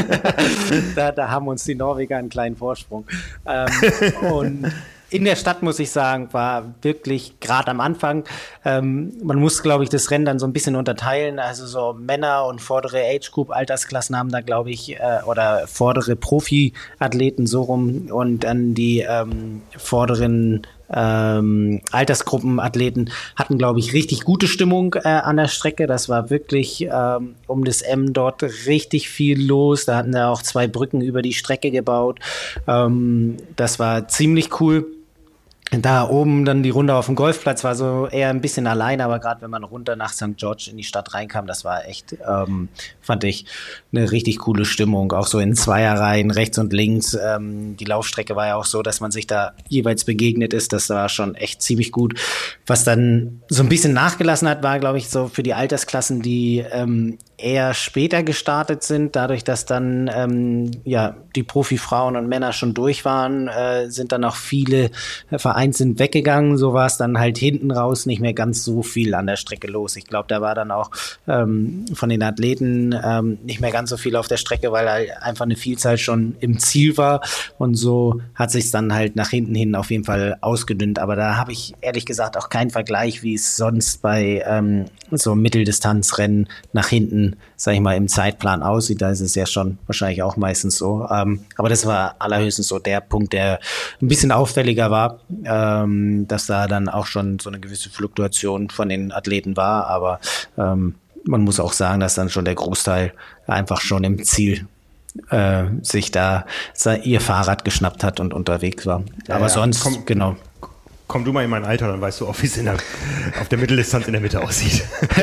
da, da haben uns die Norweger einen kleinen Vorsprung. Ähm, und in der Stadt, muss ich sagen, war wirklich gerade am Anfang, ähm, man muss, glaube ich, das Rennen dann so ein bisschen unterteilen, also so Männer und vordere Age-Group, Altersklassen haben da, glaube ich, äh, oder vordere Profi-Athleten so rum und dann die ähm, vorderen ähm, Altersgruppenathleten hatten, glaube ich, richtig gute Stimmung äh, an der Strecke. Das war wirklich ähm, um das M dort richtig viel los. Da hatten wir auch zwei Brücken über die Strecke gebaut. Ähm, das war ziemlich cool. Da oben dann die Runde auf dem Golfplatz war so eher ein bisschen allein, aber gerade wenn man runter nach Sankt George in die Stadt reinkam, das war echt, ähm, fand ich, eine richtig coole Stimmung. Auch so in Zweierreihen, rechts und links. Ähm, die Laufstrecke war ja auch so, dass man sich da jeweils begegnet ist. Das war schon echt ziemlich gut. Was dann so ein bisschen nachgelassen hat, war, glaube ich, so für die Altersklassen, die ähm, eher später gestartet sind, dadurch, dass dann ähm, ja die Profifrauen und Männer schon durch waren, äh, sind dann auch viele Vereins sind weggegangen. So war es dann halt hinten raus nicht mehr ganz so viel an der Strecke los. Ich glaube, da war dann auch ähm, von den Athleten ähm, nicht mehr ganz so viel auf der Strecke, weil halt einfach eine Vielzahl schon im Ziel war und so hat sich dann halt nach hinten hin auf jeden Fall ausgedünnt. Aber da habe ich ehrlich gesagt auch keinen Vergleich, wie es sonst bei ähm, so Mitteldistanzrennen nach hinten, sag ich mal, im Zeitplan aussieht. Da ist es ja schon wahrscheinlich auch meistens so. Ähm, aber das war allerhöchstens so der Punkt, der ein bisschen auffälliger war, ähm, dass da dann auch schon so eine gewisse Fluktuation von den Athleten war. Aber ähm, man muss auch sagen, dass dann schon der Großteil einfach schon im Ziel äh, sich da ihr Fahrrad geschnappt hat und unterwegs war. Ja, aber ja. sonst, komm, genau. Komm du mal in mein Alter, dann weißt du auch, wie es in der, auf der Mitteldistanz in der Mitte aussieht.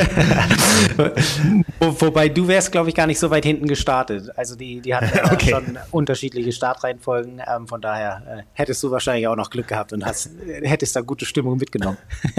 Wo, wobei du wärst, glaube ich, gar nicht so weit hinten gestartet. Also die, die hatten ja okay. schon unterschiedliche Startreihenfolgen. Ähm, von daher äh, hättest du wahrscheinlich auch noch Glück gehabt und hast, hättest da gute Stimmung mitgenommen.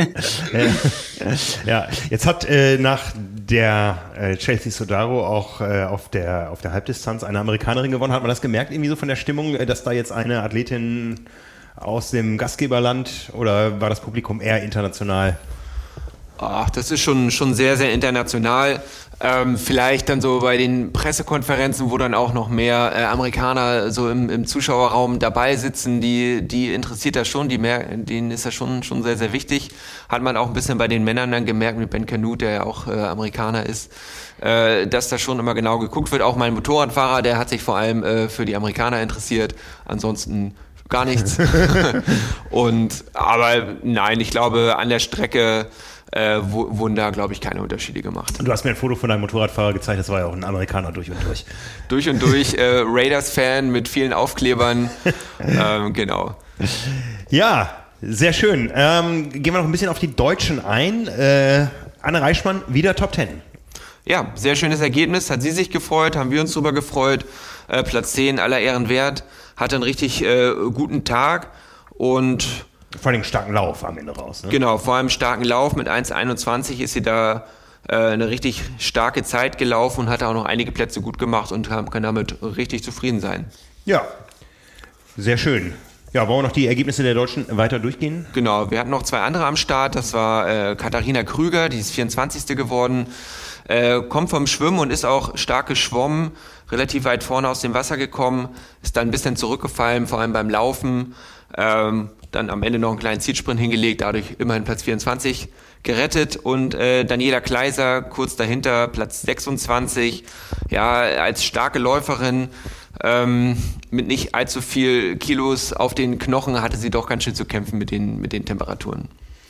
Ja, jetzt hat äh, nach der äh, Chelsea Sodaro auch äh, auf der auf der Halbdistanz eine Amerikanerin gewonnen. Hat man das gemerkt irgendwie so von der Stimmung, äh, dass da jetzt eine Athletin aus dem Gastgeberland oder war das Publikum eher international? Ach, das ist schon, schon sehr, sehr international. Ähm, vielleicht dann so bei den Pressekonferenzen, wo dann auch noch mehr äh, Amerikaner so im, im Zuschauerraum dabei sitzen, die, die interessiert das schon, die mer- denen ist das schon, schon sehr, sehr wichtig. Hat man auch ein bisschen bei den Männern dann gemerkt, mit Ben Canute, der ja auch äh, Amerikaner ist, äh, dass da schon immer genau geguckt wird. Auch mein Motorradfahrer, der hat sich vor allem äh, für die Amerikaner interessiert. Ansonsten gar nichts. Und aber nein, ich glaube, an der Strecke äh, wurden da, glaube ich, keine Unterschiede gemacht. Und du hast mir ein Foto von deinem Motorradfahrer gezeigt, das war ja auch ein Amerikaner durch und durch. Durch und durch, äh, Raiders-Fan mit vielen Aufklebern, ähm, genau. Ja, sehr schön. Ähm, gehen wir noch ein bisschen auf die Deutschen ein. Äh, Anne Reichmann, wieder Top Ten. Ja, sehr schönes Ergebnis. Hat sie sich gefreut, haben wir uns drüber gefreut. Äh, Platz zehn, aller Ehren wert. Hatte einen richtig äh, guten Tag und vor allem starken Lauf am Ende raus. Ne? Genau, vor allem starken Lauf. Mit eins einundzwanzig ist sie da äh, eine richtig starke Zeit gelaufen und hat auch noch einige Plätze gut gemacht und kann damit richtig zufrieden sein. Ja, sehr schön. Ja, wollen wir noch die Ergebnisse der Deutschen weiter durchgehen? Genau, wir hatten noch zwei andere am Start. Das war äh, Katharina Krüger, die ist vierundzwanzigste geworden. Äh, kommt vom Schwimmen und ist auch stark geschwommen, relativ weit vorne aus dem Wasser gekommen, ist dann ein bisschen zurückgefallen, vor allem beim Laufen, ähm, dann am Ende noch einen kleinen Zielsprint hingelegt, dadurch immerhin Platz vierundzwanzig gerettet und äh, Daniela Kleiser kurz dahinter, Platz sechsundzwanzig, ja, als starke Läuferin, ähm, mit nicht allzu viel Kilos auf den Knochen hatte sie doch ganz schön zu kämpfen mit den, mit den Temperaturen.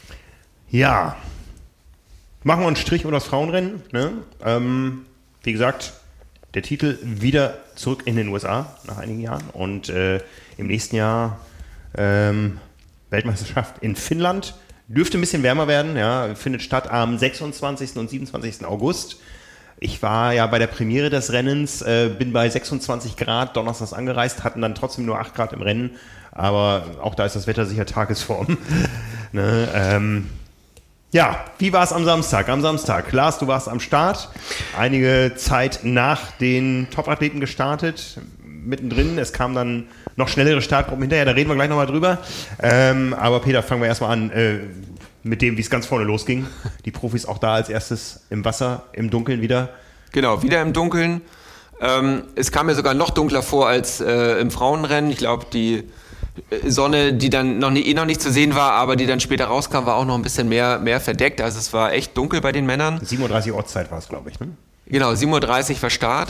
Ja, machen wir einen Strich unter das Frauenrennen. Ne? Ähm, wie gesagt, der Titel wieder zurück in den U S A nach einigen Jahren und äh, im nächsten Jahr ähm, Weltmeisterschaft in Finnland. Dürfte ein bisschen wärmer werden, ja, findet statt am sechsundzwanzigsten und siebenundzwanzigsten August. Ich war ja bei der Premiere des Rennens, äh, bin bei sechsundzwanzig Grad donnerstags angereist, hatten dann trotzdem nur acht Grad im Rennen, aber auch da ist das Wetter sicher Tagesform. ne, ähm, Ja, wie war es am Samstag? Am Samstag, Lars, du warst am Start, einige Zeit nach den Top-Athleten gestartet, mittendrin, es kamen dann noch schnellere Startgruppen hinterher, da reden wir gleich nochmal drüber, ähm, aber Peter, fangen wir erstmal an äh, mit dem, wie es ganz vorne losging. Die Profis auch da als erstes im Wasser, im Dunkeln wieder. Genau, wieder im Dunkeln. Ähm, es kam mir sogar noch dunkler vor als äh, im Frauenrennen. Ich glaube, die Sonne, die dann noch nie, eh noch nicht zu sehen war, aber die dann später rauskam, war auch noch ein bisschen mehr, mehr verdeckt. Also es war echt dunkel bei den Männern. siebenunddreißig Ortszeit war es, glaube ich. Ne? Genau, sieben Uhr dreißig war Start.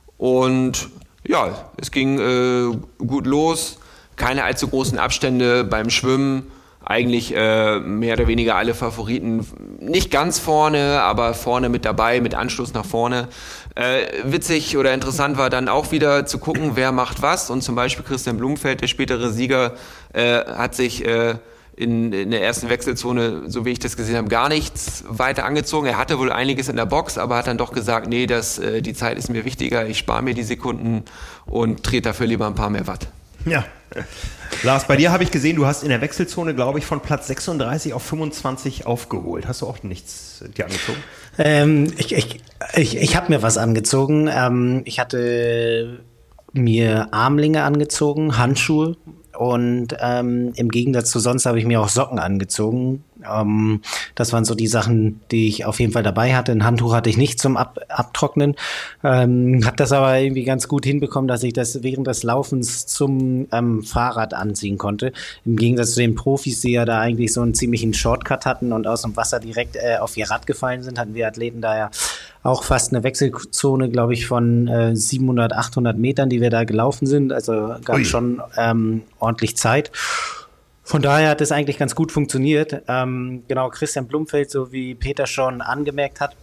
Und ja, es ging äh, gut los. Keine allzu großen Abstände beim Schwimmen. Eigentlich äh, mehr oder weniger alle Favoriten. Nicht ganz vorne, aber vorne mit dabei, mit Anschluss nach vorne. Äh, witzig oder interessant war dann auch wieder zu gucken, wer macht was. Und zum Beispiel Christian Blumfeld, der spätere Sieger, äh, hat sich äh, in, in der ersten Wechselzone, so wie ich das gesehen habe, gar nichts weiter angezogen. Er hatte wohl einiges in der Box, aber hat dann doch gesagt, nee, das, äh, die Zeit ist mir wichtiger, ich spare mir die Sekunden und trete dafür lieber ein paar mehr Watt. Ja. Lars, bei dir habe ich gesehen, du hast in der Wechselzone, glaube ich, von Platz sechsunddreißig auf fünfundzwanzig aufgeholt. Hast du auch nichts dir angezogen? Ähm, ich ich, ich, ich habe mir was angezogen. Ähm, ich hatte mir Armlinge angezogen, Handschuhe und ähm, im Gegensatz zu sonst habe ich mir auch Socken angezogen. Ähm, das waren so die Sachen, die ich auf jeden Fall dabei hatte. Ein Handtuch hatte ich nicht zum Ab- Abtrocknen. Ähm, habe das aber irgendwie ganz gut hinbekommen, dass ich das während des Laufens zum ähm, Fahrrad anziehen konnte. Im Gegensatz zu den Profis, die ja da eigentlich so einen ziemlichen Shortcut hatten und aus dem Wasser direkt äh, auf ihr Rad gefallen sind, hatten wir Athleten da ja auch fast eine Wechselzone, glaube ich, von äh, siebenhundert, achthundert Metern, die wir da gelaufen sind. Also gab Ui. schon ähm, ordentlich Zeit. Von daher hat es eigentlich ganz gut funktioniert. Ähm, genau, Christian Blumfeld, so wie Peter schon angemerkt hat,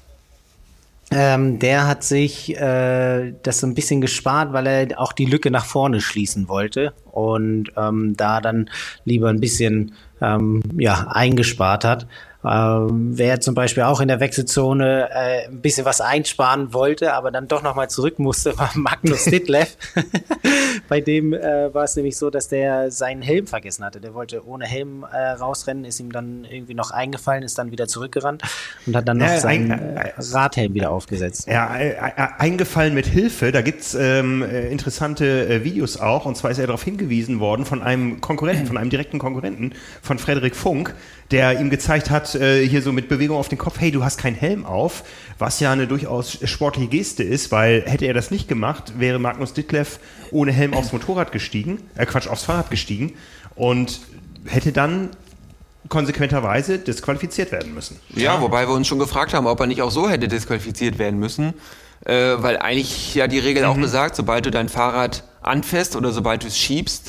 ähm, der hat sich äh, das so ein bisschen gespart, weil er auch die Lücke nach vorne schließen wollte und ähm, da dann lieber ein bisschen ähm, ja, eingespart hat. Ähm, wer zum Beispiel auch in der Wechselzone äh, ein bisschen was einsparen wollte, aber dann doch nochmal zurück musste, war Magnus Ditlev. Bei dem äh, war es nämlich so, dass der seinen Helm vergessen hatte. Der wollte ohne Helm äh, rausrennen, ist ihm dann irgendwie noch eingefallen, ist dann wieder zurückgerannt und hat dann noch ja, seinen ein, äh, Radhelm wieder aufgesetzt. Ja, eingefallen mit Hilfe. Da gibt es ähm, interessante äh, Videos auch. Und zwar ist er darauf hingewiesen worden von einem Konkurrenten, von einem direkten Konkurrenten, von Frederik Funk, der ihm gezeigt hat, äh, hier so mit Bewegung auf den Kopf, hey, du hast keinen Helm auf, was ja eine durchaus sportliche Geste ist, weil hätte er das nicht gemacht, wäre Magnus Ditlev ohne Helm aufs Motorrad gestiegen, äh Quatsch, aufs Fahrrad gestiegen und hätte dann konsequenterweise disqualifiziert werden müssen. Ja, wobei wir uns schon gefragt haben, ob er nicht auch so hätte disqualifiziert werden müssen, äh, weil eigentlich ja die Regel mhm. auch besagt, sobald du dein Fahrrad anfasst oder sobald du es schiebst,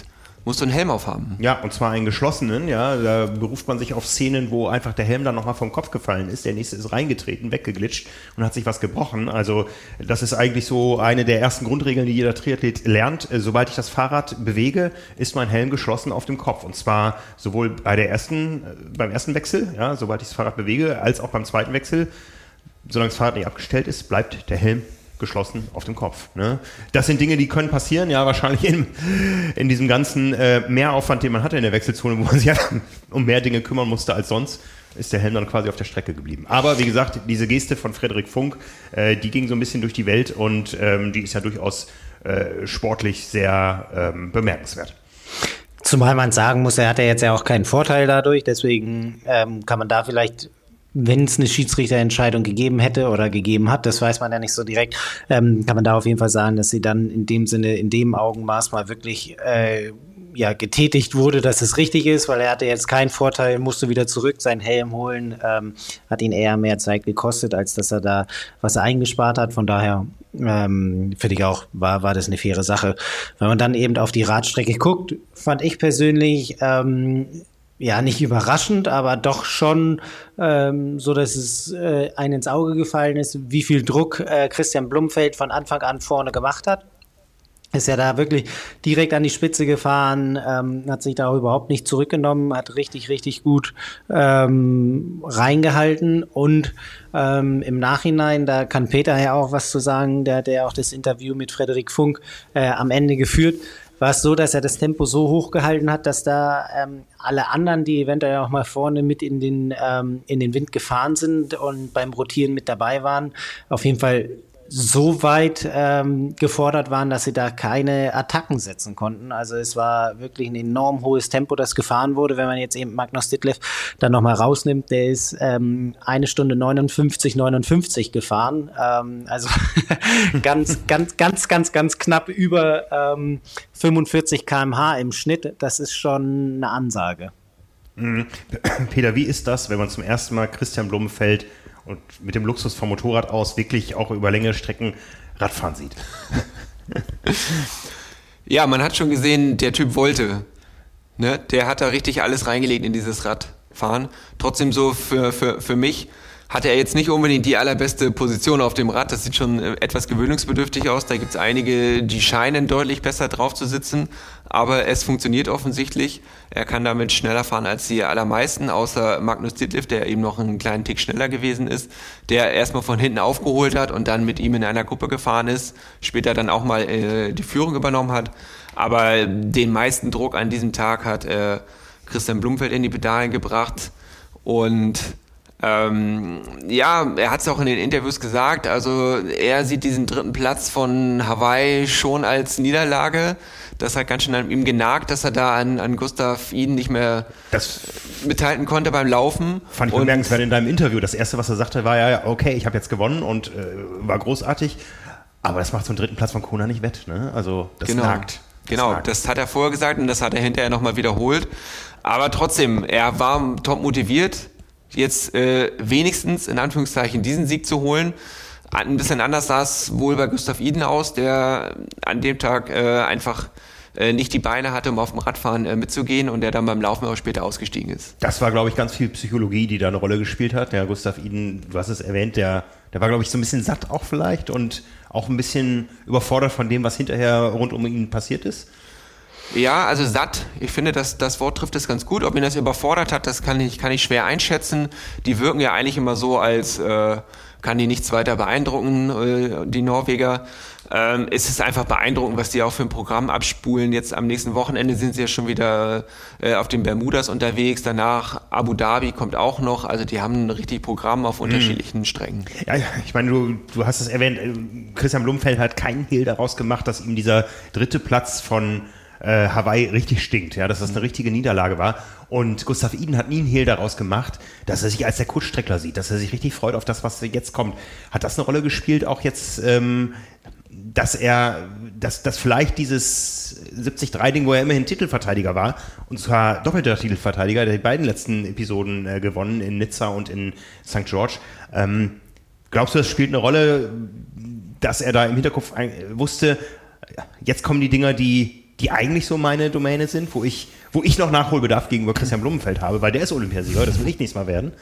musst du einen Helm aufhaben. Ja, und zwar einen geschlossenen, ja, da beruft man sich auf Szenen, wo einfach der Helm dann nochmal vom Kopf gefallen ist, der nächste ist reingetreten, weggeglitscht und hat sich was gebrochen. Also das ist eigentlich so eine der ersten Grundregeln, die jeder Triathlet lernt. Sobald ich das Fahrrad bewege, ist mein Helm geschlossen auf dem Kopf. Und zwar sowohl bei der ersten, beim ersten Wechsel, ja, sobald ich das Fahrrad bewege, als auch beim zweiten Wechsel. Solange das Fahrrad nicht abgestellt ist, bleibt der Helm geschlossen auf dem Kopf. Ne? Das sind Dinge, die können passieren, ja, wahrscheinlich in, in diesem ganzen äh, Mehraufwand, den man hatte in der Wechselzone, wo man sich ja um mehr Dinge kümmern musste als sonst, ist der Helm dann quasi auf der Strecke geblieben. Aber wie gesagt, diese Geste von Frederik Funk, äh, die ging so ein bisschen durch die Welt und ähm, die ist ja durchaus äh, sportlich sehr ähm, bemerkenswert. Zumal man sagen muss, er hat ja jetzt ja auch keinen Vorteil dadurch, deswegen ähm, kann man da vielleicht, wenn es eine Schiedsrichterentscheidung gegeben hätte oder gegeben hat, das weiß man ja nicht so direkt, ähm, kann man da auf jeden Fall sagen, dass sie dann in dem Sinne, in dem Augenmaß mal wirklich äh, ja, getätigt wurde, dass es richtig ist, weil er hatte jetzt keinen Vorteil, musste wieder zurück seinen Helm holen, ähm, hat ihn eher mehr Zeit gekostet, als dass er da was eingespart hat. Von daher ähm, finde ich auch, war, war das eine faire Sache. Wenn man dann eben auf die Radstrecke guckt, fand ich persönlich ähm, ja, nicht überraschend, aber doch schon ähm, so, dass es äh, einem ins Auge gefallen ist, wie viel Druck äh, Christian Blumfeld von Anfang an vorne gemacht hat. Ist ja da wirklich direkt an die Spitze gefahren, ähm, hat sich da auch überhaupt nicht zurückgenommen, hat richtig, richtig gut ähm, reingehalten und ähm, im Nachhinein, da kann Peter ja auch was zu sagen, der hat ja auch das Interview mit Frederik Funk äh, am Ende geführt, war es so, dass er das Tempo so hoch gehalten hat, dass da ähm, alle anderen, die eventuell auch mal vorne mit in den, ähm, in den Wind gefahren sind und beim Rotieren mit dabei waren, auf jeden Fall so weit ähm, gefordert waren, dass sie da keine Attacken setzen konnten. Also es war wirklich ein enorm hohes Tempo, das gefahren wurde. Wenn man jetzt eben Magnus Ditlev dann nochmal rausnimmt, der ist ähm, eine Stunde neunundfünfzig, neunundfünfzig gefahren. Ähm, also ganz, ganz, ganz, ganz, ganz knapp über ähm, fünfundvierzig Kilometer pro Stunde im Schnitt. Das ist schon eine Ansage. Peter, wie ist das, wenn man zum ersten Mal Christian Blumfeld und mit dem Luxus vom Motorrad aus wirklich auch über längere Strecken Radfahren sieht? Ja, man hat schon gesehen, der Typ wollte. Ne? Der hat da richtig alles reingelegt in dieses Radfahren. Trotzdem so für, für, für mich hatte er jetzt nicht unbedingt die allerbeste Position auf dem Rad. Das sieht schon etwas gewöhnungsbedürftig aus. Da gibt es einige, die scheinen deutlich besser drauf zu sitzen. Aber es funktioniert offensichtlich. Er kann damit schneller fahren als die allermeisten, außer Magnus Ditlev, der eben noch einen kleinen Tick schneller gewesen ist, der erstmal von hinten aufgeholt hat und dann mit ihm in einer Gruppe gefahren ist, später dann auch mal äh, die Führung übernommen hat. Aber den meisten Druck an diesem Tag hat äh, Christian Blumfeld in die Pedalen gebracht. Und Ähm, ja, er hat es auch in den Interviews gesagt, also er sieht diesen dritten Platz von Hawaii schon als Niederlage. Das hat ganz schön an ihm genagt, dass er da an, an Gustav Iden nicht mehr das mithalten konnte beim Laufen. Fand ich bemerkenswert in deinem Interview. Das Erste, was er sagte, war ja, okay, ich habe jetzt gewonnen und äh, war großartig, aber das macht so einen dritten Platz von Kona nicht wett. Ne? Also das genau. nagt. Das genau, nagt. Das hat er vorher gesagt und das hat er hinterher nochmal wiederholt. Aber trotzdem, er war top motiviert, jetzt äh, wenigstens in Anführungszeichen diesen Sieg zu holen. Ein bisschen anders sah es wohl bei Gustav Iden aus, der an dem Tag äh, einfach äh, nicht die Beine hatte, um auf dem Radfahren äh, mitzugehen und der dann beim Laufen auch später ausgestiegen ist. Das war, glaube ich, ganz viel Psychologie, die da eine Rolle gespielt hat. Der Gustav Iden, du hast es erwähnt, der, der war, glaube ich, so ein bisschen satt auch vielleicht und auch ein bisschen überfordert von dem, was hinterher rund um ihn passiert ist. Ja, also satt. Ich finde, das, das Wort trifft es ganz gut. Ob ihn das überfordert hat, das kann ich, kann ich schwer einschätzen. Die wirken ja eigentlich immer so, als äh, kann die nichts weiter beeindrucken, äh, die Norweger. Ähm, es ist einfach beeindruckend, was die auch für ein Programm abspulen. Jetzt am nächsten Wochenende sind sie ja schon wieder äh, auf den Bermudas unterwegs. Danach Abu Dhabi kommt auch noch. Also die haben ein richtig Programm auf unterschiedlichen mhm. Strängen. Ja, ich meine, du, du hast es erwähnt, Christian Blumfeld hat keinen Hehl daraus gemacht, dass ihm dieser dritte Platz von Äh, Hawaii richtig stinkt, ja, dass das eine richtige Niederlage war. Und Gustav Iden hat nie einen Hehl daraus gemacht, dass er sich als der Kurzstreckler sieht, dass er sich richtig freut auf das, was jetzt kommt. Hat das eine Rolle gespielt, auch jetzt, ähm, dass er, dass, dass vielleicht dieses siebzig drei Ding, wo er immerhin Titelverteidiger war, und zwar doppelter Titelverteidiger, der die beiden letzten Episoden äh, gewonnen, in Nizza und in Sankt George. Ähm, glaubst du, das spielt eine Rolle, dass er da im Hinterkopf ein, wusste, jetzt kommen die Dinger, die die eigentlich so meine Domäne sind, wo ich, wo ich noch Nachholbedarf gegenüber Christian Blumenfeld habe, weil der ist Olympiasieger, das will ich nächstes Mal werden.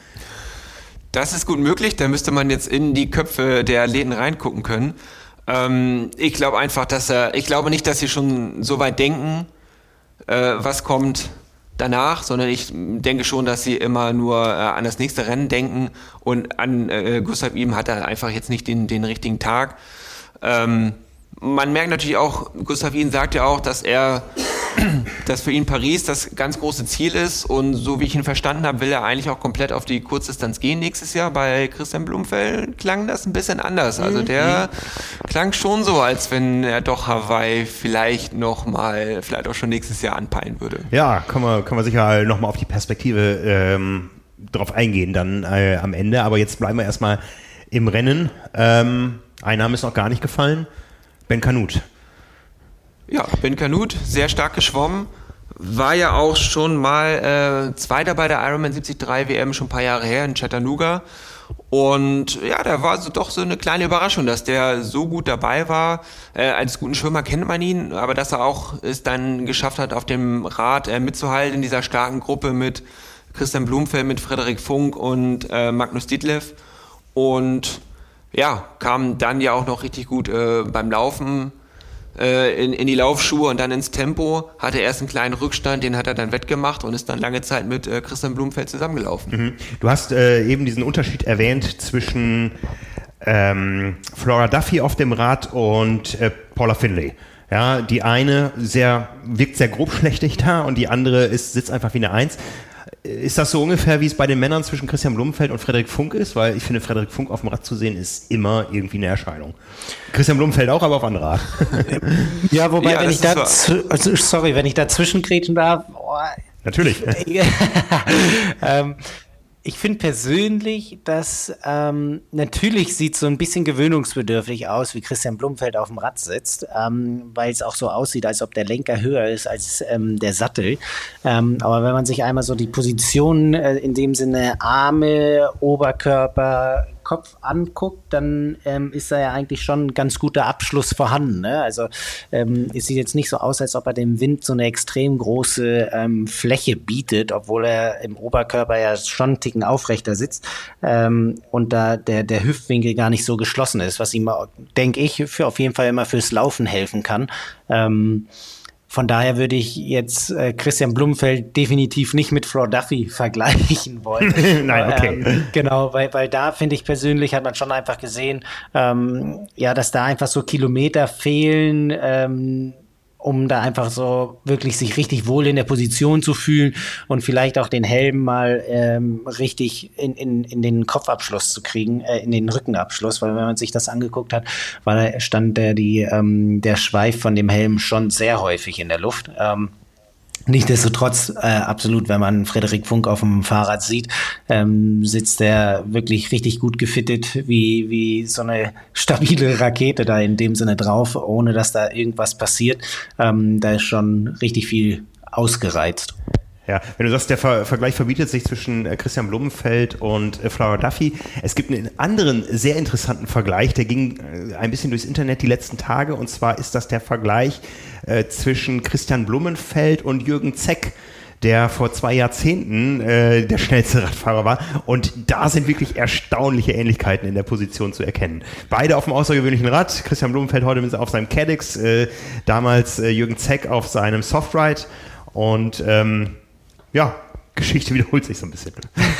Das ist gut möglich, da müsste man jetzt in die Köpfe der Athleten reingucken können. Ähm, ich glaube einfach, dass er, ich glaube nicht, dass sie schon so weit denken, äh, was kommt danach, sondern ich denke schon, dass sie immer nur äh, an das nächste Rennen denken und an äh, Gustav Iden hat er einfach jetzt nicht den, den richtigen Tag. Ähm, man merkt natürlich auch, Gustav Iden sagt ja auch, dass er, dass für ihn Paris das ganz große Ziel ist und so wie ich ihn verstanden habe, will er eigentlich auch komplett auf die Kurzdistanz gehen nächstes Jahr. Bei Christian Blumenfeld klang das ein bisschen anders. Also der mhm. klang schon so, als wenn er doch Hawaii vielleicht nochmal, vielleicht auch schon nächstes Jahr anpeilen würde. Ja, können wir, können wir sicher nochmal auf die Perspektive ähm, drauf eingehen dann äh, am Ende. Aber jetzt bleiben wir erstmal im Rennen. Ähm, ein Name ist noch gar nicht gefallen. Ben Kanute. Ja, Ben Kanute, sehr stark geschwommen, war ja auch schon mal äh, Zweiter bei der Ironman siebzig drei W M, schon ein paar Jahre her in Chattanooga. Und ja, da war so doch so eine kleine Überraschung, dass der so gut dabei war. Äh, als guten Schwimmer kennt man ihn, aber dass er auch es dann geschafft hat, auf dem Rad äh, mitzuhalten in dieser starken Gruppe mit Christian Blumenfeld, mit Frederik Funk und äh, Magnus Ditlev. Und ja, kam dann ja auch noch richtig gut äh, beim Laufen äh, in, in die Laufschuhe und dann ins Tempo, hatte erst einen kleinen Rückstand, den hat er dann wettgemacht und ist dann lange Zeit mit äh, Christian Blumenfeld zusammengelaufen. Mhm. Du hast äh, eben diesen Unterschied erwähnt zwischen ähm, Flora Duffy auf dem Rad und äh, Paula Findlay. Ja, die eine sehr, wirkt sehr grobschlächtig da und die andere ist, sitzt einfach wie eine Eins. Ist das so ungefähr, wie es bei den Männern zwischen Christian Blumenfeld und Frederik Funk ist? Weil ich finde, Frederik Funk auf dem Rad zu sehen, ist immer irgendwie eine Erscheinung. Christian Blumenfeld auch, aber auf andere Art. Ja, wobei, ja, wenn ich da, so. also, sorry, wenn ich dazwischen grätschen darf. Oh. Natürlich. ähm, Ich finde persönlich, dass ähm, natürlich sieht so ein bisschen gewöhnungsbedürftig aus, wie Christian Blumenfeld auf dem Rad sitzt, ähm, weil es auch so aussieht, als ob der Lenker höher ist als ähm, der Sattel. Ähm, aber wenn man sich einmal so die Positionen äh, in dem Sinne Arme, Oberkörper, Kopf anguckt, dann ähm, ist da ja eigentlich schon ein ganz guter Abschluss vorhanden. Ne? Also ähm, es sieht jetzt nicht so aus, als ob er dem Wind so eine extrem große ähm, Fläche bietet, obwohl er im Oberkörper ja schon einen Ticken aufrechter sitzt ähm, und da der, der Hüftwinkel gar nicht so geschlossen ist, was ihm, denke ich, für auf jeden Fall immer fürs Laufen helfen kann. Ähm, Von daher würde ich jetzt äh, Christian Blumenfeld definitiv nicht mit Flora Duffy vergleichen wollen. Nein, okay. Ähm, genau, weil, weil da finde ich persönlich, hat man schon einfach gesehen, ähm, ja, dass da einfach so Kilometer fehlen, ähm, um da einfach so wirklich sich richtig wohl in der Position zu fühlen und vielleicht auch den Helm mal ähm, richtig in, in, in den Kopfabschluss zu kriegen, äh, in den Rückenabschluss, weil wenn man sich das angeguckt hat, war da, stand der, die, ähm, der Schweif von dem Helm schon sehr häufig in der Luft. Ähm, Nichtsdestotrotz, äh, absolut, wenn man Frederik Funk auf dem Fahrrad sieht, ähm, sitzt er wirklich richtig gut gefittet, wie, wie so eine stabile Rakete da in dem Sinne drauf, ohne dass da irgendwas passiert. Ähm, da ist schon richtig viel ausgereizt. Ja, wenn du sagst, der Ver- Vergleich verbietet sich zwischen äh, Christian Blumenfeld und äh, Flora Duffy. Es gibt einen anderen sehr interessanten Vergleich, der ging äh, ein bisschen durchs Internet die letzten Tage, und zwar ist das der Vergleich äh, zwischen Christian Blumenfeld und Jürgen Zeck, der vor zwei Jahrzehnten äh, der schnellste Radfahrer war, und da sind wirklich erstaunliche Ähnlichkeiten in der Position zu erkennen. Beide auf dem außergewöhnlichen Rad, Christian Blumenfeld heute auf seinem Caddix, äh, damals äh, Jürgen Zeck auf seinem Softride, und ähm, ja, Geschichte wiederholt sich so ein bisschen.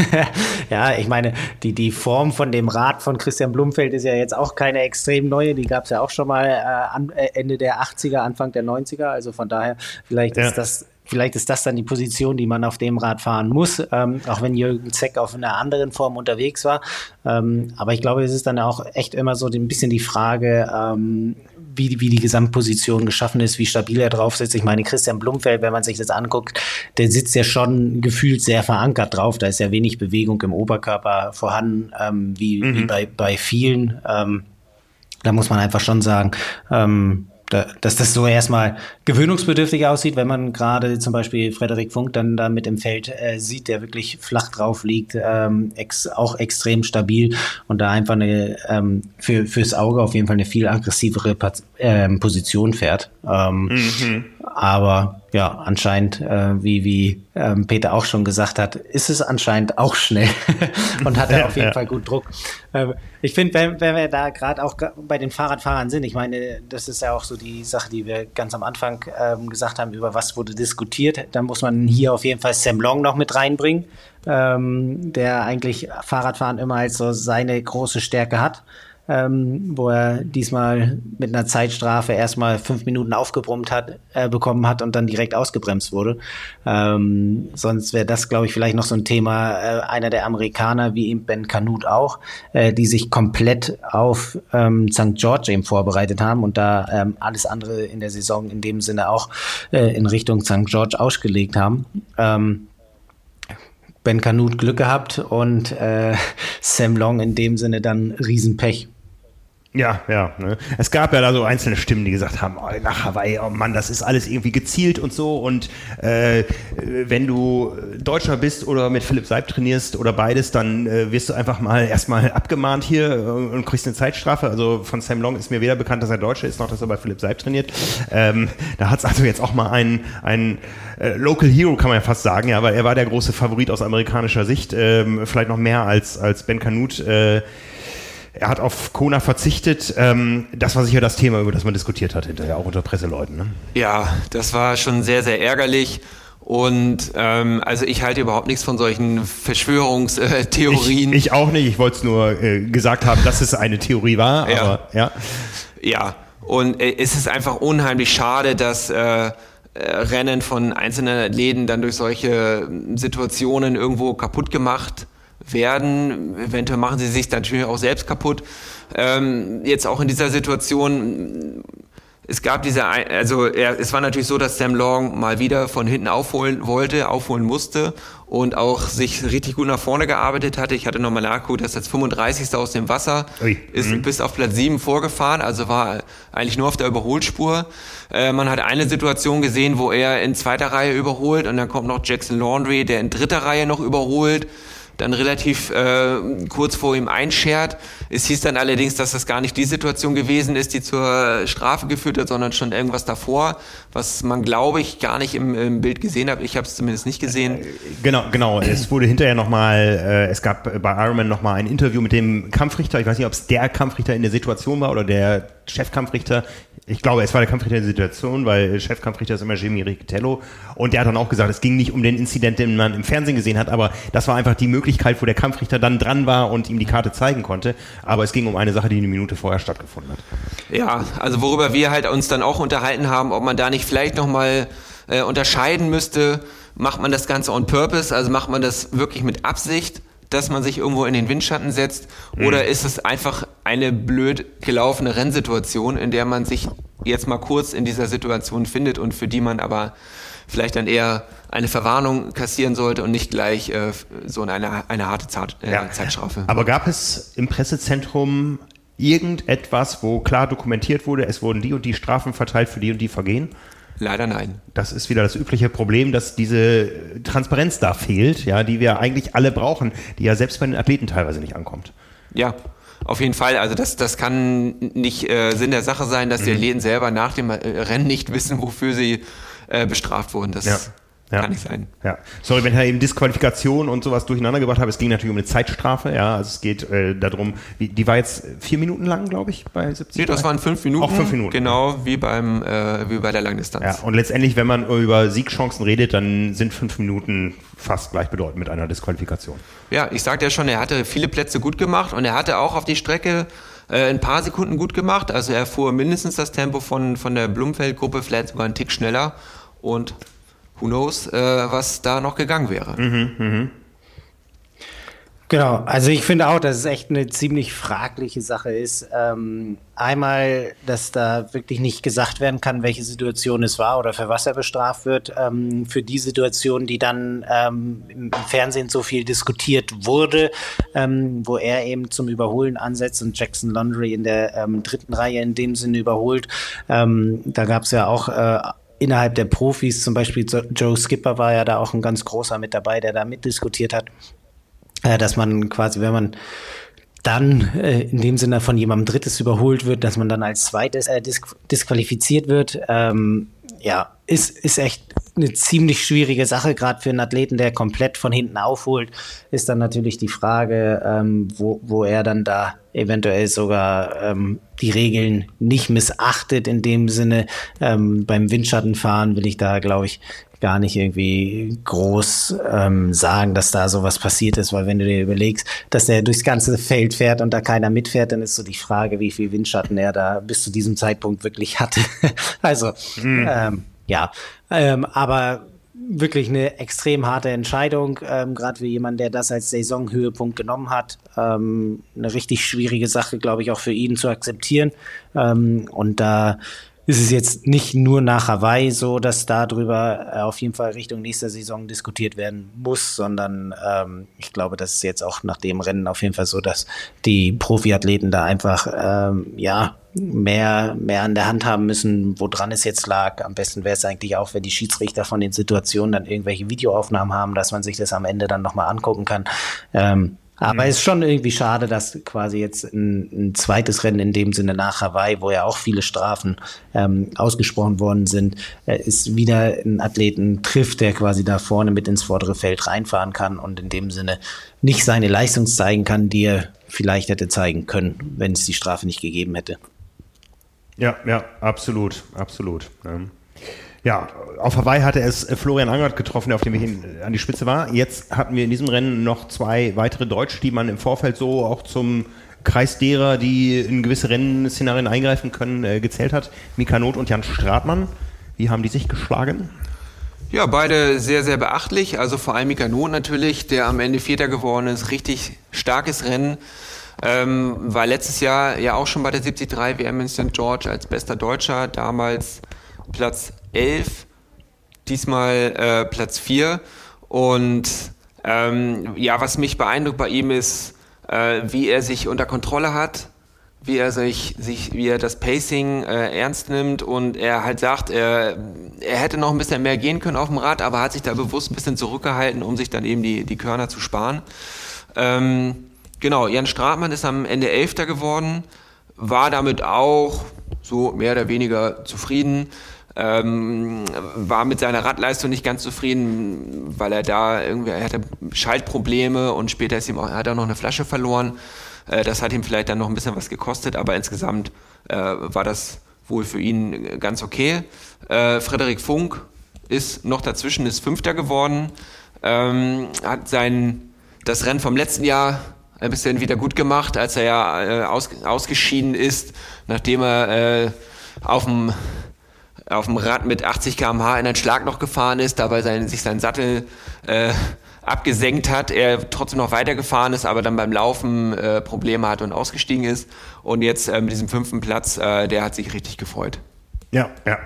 Ja, ich meine, die, die Form von dem Rad von Christian Blumenfeld ist ja jetzt auch keine extrem neue. Die gab es ja auch schon mal äh, an, äh, Ende der achtziger, Anfang der neunziger. Also von daher, vielleicht ja. ist das... Vielleicht ist das dann die Position, die man auf dem Rad fahren muss, ähm, auch wenn Jürgen Zeck auf einer anderen Form unterwegs war. Ähm, aber ich glaube, es ist dann auch echt immer so ein bisschen die Frage, ähm, wie, wie die Gesamtposition geschaffen ist, wie stabil er drauf sitzt. Ich meine, Christian Blumenfeld, wenn man sich das anguckt, der sitzt ja schon gefühlt sehr verankert drauf. Da ist ja wenig Bewegung im Oberkörper vorhanden, ähm, wie, mhm. wie bei, bei vielen. Ähm, da muss man einfach schon sagen, ähm, da, dass das so erstmal gewöhnungsbedürftig aussieht, wenn man gerade zum Beispiel Frederik Funk dann da mit im Feld äh, sieht, der wirklich flach drauf liegt, ähm, ex, auch extrem stabil und da einfach eine ähm, für fürs Auge auf jeden Fall eine viel aggressivere Pat- ähm, Position fährt. Ähm, mhm. Aber ja, anscheinend, äh, wie, wie ähm, Peter auch schon gesagt hat, ist es anscheinend auch schnell und hat da auf jeden ja. Fall gut Druck. Ähm, ich finde, wenn, wenn wir da gerade auch bei den Fahrradfahrern sind, ich meine, das ist ja auch so die Sache, die wir ganz am Anfang ähm, gesagt haben, über was wurde diskutiert. Da muss man hier auf jeden Fall Sam Long noch mit reinbringen, ähm, der eigentlich Fahrradfahren immer als so seine große Stärke hat. Ähm, wo er diesmal mit einer Zeitstrafe erstmal fünf Minuten aufgebrummt hat, äh, bekommen hat und dann direkt ausgebremst wurde. Ähm, sonst wäre das, glaube ich, vielleicht noch so ein Thema, äh, einer der Amerikaner, wie eben Ben Kanute auch, äh, die sich komplett auf ähm, Sankt George eben vorbereitet haben und da ähm, alles andere in der Saison in dem Sinne auch äh, in Richtung Sankt George ausgelegt haben. Ähm, Ben Kanute Glück gehabt und äh, Sam Long in dem Sinne dann Riesenpech. Ja, ja. Ne? Es gab ja da so einzelne Stimmen, die gesagt haben, oh, nach Hawaii, oh Mann, das ist alles irgendwie gezielt und so. Und äh, wenn du Deutscher bist oder mit Philipp Seib trainierst oder beides, dann äh, wirst du einfach mal erstmal abgemahnt hier und kriegst eine Zeitstrafe. Also von Sam Long ist mir weder bekannt, dass er Deutscher ist, noch dass er bei Philipp Seib trainiert. Ähm, da hat es also jetzt auch mal einen, einen äh, Local Hero, kann man ja fast sagen, ja, weil er war der große Favorit aus amerikanischer Sicht, ähm, vielleicht noch mehr als, als Ben Kanute. Äh, Er hat auf Kona verzichtet. Ähm, das war sicher das Thema, über das man diskutiert hat hinterher, auch unter Presseleuten. Ne? Ja, das war schon sehr, sehr ärgerlich. Und ähm, also ich halte überhaupt nichts von solchen Verschwörungstheorien. Ich, ich auch nicht. Ich wollte es nur äh, gesagt haben, dass es eine Theorie war. Ja. Aber, ja. ja, und äh, es ist einfach unheimlich schade, dass äh, Rennen von einzelnen Athleten dann durch solche Situationen irgendwo kaputt gemacht werden. Eventuell machen sie sich natürlich auch selbst kaputt. Ähm, jetzt auch in dieser Situation, es gab diese, also er, es war natürlich so, dass Sam Long mal wieder von hinten aufholen wollte, aufholen musste und auch sich richtig gut nach vorne gearbeitet hatte. Ich hatte nochmal nachgeguckt, dass das fünfunddreißigste aus dem Wasser Ui. ist mhm. bis auf Platz sieben vorgefahren, also war eigentlich nur auf der Überholspur. Äh, man hat eine Situation gesehen, wo er in zweiter Reihe überholt und dann kommt noch Jackson Laundry, der in dritter Reihe noch überholt, dann relativ äh, kurz vor ihm einschert. Es hieß dann allerdings, dass das gar nicht die Situation gewesen ist, die zur Strafe geführt hat, sondern schon irgendwas davor, was man, glaube ich, gar nicht im, im Bild gesehen hat. Ich habe es zumindest nicht gesehen. Genau, genau. Es wurde hinterher nochmal, äh, es gab bei Ironman nochmal ein Interview mit dem Kampfrichter. Ich weiß nicht, ob es der Kampfrichter in der Situation war oder der Chefkampfrichter. Ich glaube, es war der Kampfrichter in der Situation, weil Chefkampfrichter ist immer Jimmy Riccitello. Und der hat dann auch gesagt, es ging nicht um den Inzident, den man im Fernsehen gesehen hat, aber das war einfach die Möglichkeit, wo der Kampfrichter dann dran war und ihm die Karte zeigen konnte. Aber es ging um eine Sache, die eine Minute vorher stattgefunden hat. Ja, also worüber wir halt uns dann auch unterhalten haben, ob man da nicht vielleicht nochmal äh, unterscheiden müsste, macht man das Ganze on purpose, also macht man das wirklich mit Absicht, dass man sich irgendwo in den Windschatten setzt, mhm. oder ist es einfach eine blöd gelaufene Rennsituation, in der man sich jetzt mal kurz in dieser Situation findet und für die man aber vielleicht dann eher eine Verwarnung kassieren sollte und nicht gleich äh, so eine, eine harte Zeit, äh, ja. Zeitstrafe. Aber gab es im Pressezentrum irgendetwas, wo klar dokumentiert wurde, es wurden die und die Strafen verteilt für die und die Vergehen? Leider nein. Das ist wieder das übliche Problem, dass diese Transparenz da fehlt, ja, die wir eigentlich alle brauchen, die ja selbst bei den Athleten teilweise nicht ankommt. Ja, auf jeden Fall. Also das, das kann nicht äh, Sinn der Sache sein, dass die Athleten selber nach dem Rennen nicht wissen, wofür sie äh, bestraft wurden. Das ja. Ja. Kann nicht sein. Ja. Sorry, wenn ich eben Disqualifikation und sowas durcheinander gebracht habe. Es ging natürlich um eine Zeitstrafe. Ja, also es geht äh, darum, wie, die war jetzt vier Minuten lang, glaube ich, bei siebzig. Nee, das waren fünf Minuten. Auch fünf Minuten. Genau, ja. wie beim äh, wie bei der Langdistanz. Ja, und letztendlich, wenn man über Siegchancen redet, dann sind fünf Minuten fast gleichbedeutend mit einer Disqualifikation. Ja, ich sagte ja schon, er hatte viele Plätze gut gemacht und er hatte auch auf die Strecke äh, ein paar Sekunden gut gemacht. Also er fuhr mindestens das Tempo von, von der Blumfeld-Gruppe, vielleicht sogar einen Tick schneller und who knows, äh, was da noch gegangen wäre. Mhm, mh. Genau, also ich finde auch, dass es echt eine ziemlich fragliche Sache ist. Ähm, einmal, dass da wirklich nicht gesagt werden kann, welche Situation es war oder für was er bestraft wird. Ähm, für die Situation, die dann ähm, im Fernsehen so viel diskutiert wurde, ähm, wo er eben zum Überholen ansetzt und Jackson Laundry in der ähm, dritten Reihe in dem Sinne überholt. Ähm, da gab es ja auch äh, innerhalb der Profis, zum Beispiel Joe Skipper war ja da auch ein ganz großer mit dabei, der da mitdiskutiert hat. Dass man quasi, wenn man dann äh, in dem Sinne von jemandem Drittes überholt wird, dass man dann als Zweites äh, disk- disqualifiziert wird. Ähm, ja, ist, ist echt eine ziemlich schwierige Sache, gerade für einen Athleten, der komplett von hinten aufholt, ist dann natürlich die Frage, ähm, wo, wo er dann da eventuell sogar ähm, die Regeln nicht missachtet in dem Sinne. Ähm, beim Windschattenfahren will ich da, glaube ich, gar nicht irgendwie groß ähm, sagen, dass da sowas passiert ist, weil wenn du dir überlegst, dass der durchs ganze Feld fährt und da keiner mitfährt, dann ist so die Frage, wie viel Windschatten er da bis zu diesem Zeitpunkt wirklich hatte. also, mhm. ähm, ja, ähm, aber wirklich eine extrem harte Entscheidung, ähm, gerade für jemanden, der das als Saisonhöhepunkt genommen hat. Ähm, eine richtig schwierige Sache, glaube ich, auch für ihn zu akzeptieren. Ähm, und da ist es jetzt nicht nur nach Hawaii so, dass darüber äh, auf jeden Fall Richtung nächster Saison diskutiert werden muss, sondern ähm, ich glaube, das ist jetzt auch nach dem Rennen auf jeden Fall so, dass die Profiathleten da einfach ähm, ja mehr mehr an der Hand haben müssen, woran es jetzt lag. Am besten wäre es eigentlich auch, wenn die Schiedsrichter von den Situationen dann irgendwelche Videoaufnahmen haben, dass man sich das am Ende dann nochmal angucken kann. Ähm, Aber mhm. es ist schon irgendwie schade, dass quasi jetzt ein, ein zweites Rennen in dem Sinne nach Hawaii, wo ja auch viele Strafen ähm, ausgesprochen worden sind, äh, ist wieder ein Athleten trifft, der quasi da vorne mit ins vordere Feld reinfahren kann und in dem Sinne nicht seine Leistung zeigen kann, die er vielleicht hätte zeigen können, wenn es die Strafe nicht gegeben hätte. Ja, ja, absolut, absolut. Ähm. Ja, auf Hawaii hatte es Florian Angert getroffen, der auf dem Weg an die Spitze war. Jetzt hatten wir in diesem Rennen noch zwei weitere Deutsche, die man im Vorfeld so auch zum Kreis derer, die in gewisse Rennszenarien eingreifen können, äh, gezählt hat. Mika Not und Jan Stratmann. Wie haben die sich geschlagen? Ja, beide sehr, sehr beachtlich. Also vor allem Mika Not natürlich, der am Ende Vierter geworden ist. Richtig starkes Rennen. Ähm, war letztes Jahr ja auch schon bei der siebzig drei W M in Sankt George als bester Deutscher. Damals Platz elf, diesmal äh, Platz vier. Und ähm, ja, was mich beeindruckt bei ihm ist, äh, wie er sich unter Kontrolle hat, wie er sich, sich wie er das Pacing äh, ernst nimmt und er halt sagt, er, er hätte noch ein bisschen mehr gehen können auf dem Rad, aber hat sich da bewusst ein bisschen zurückgehalten, um sich dann eben die, die Körner zu sparen. Ähm, genau, Jan Stratmann ist am Ende Elfter geworden, war damit auch so mehr oder weniger zufrieden. Ähm, war mit seiner Radleistung nicht ganz zufrieden, weil er da irgendwie, er hatte Schaltprobleme und später ist ihm auch, hat er noch eine Flasche verloren. Äh, das hat ihm vielleicht dann noch ein bisschen was gekostet, aber insgesamt äh, war das wohl für ihn ganz okay. Äh, Frederik Funk ist noch dazwischen, ist Fünfter geworden, ähm, hat sein, das Rennen vom letzten Jahr ein bisschen wieder gut gemacht, als er ja äh, aus, ausgeschieden ist, nachdem er äh, auf dem auf dem Rad mit achtzig Kilometer pro Stunde in einen Schlag noch gefahren ist, dabei sein, sich sein Sattel äh, abgesenkt hat, er trotzdem noch weitergefahren ist, aber dann beim Laufen äh, Probleme hat und ausgestiegen ist. Und jetzt äh, mit diesem fünften Platz, äh, der hat sich richtig gefreut. Ja, ja.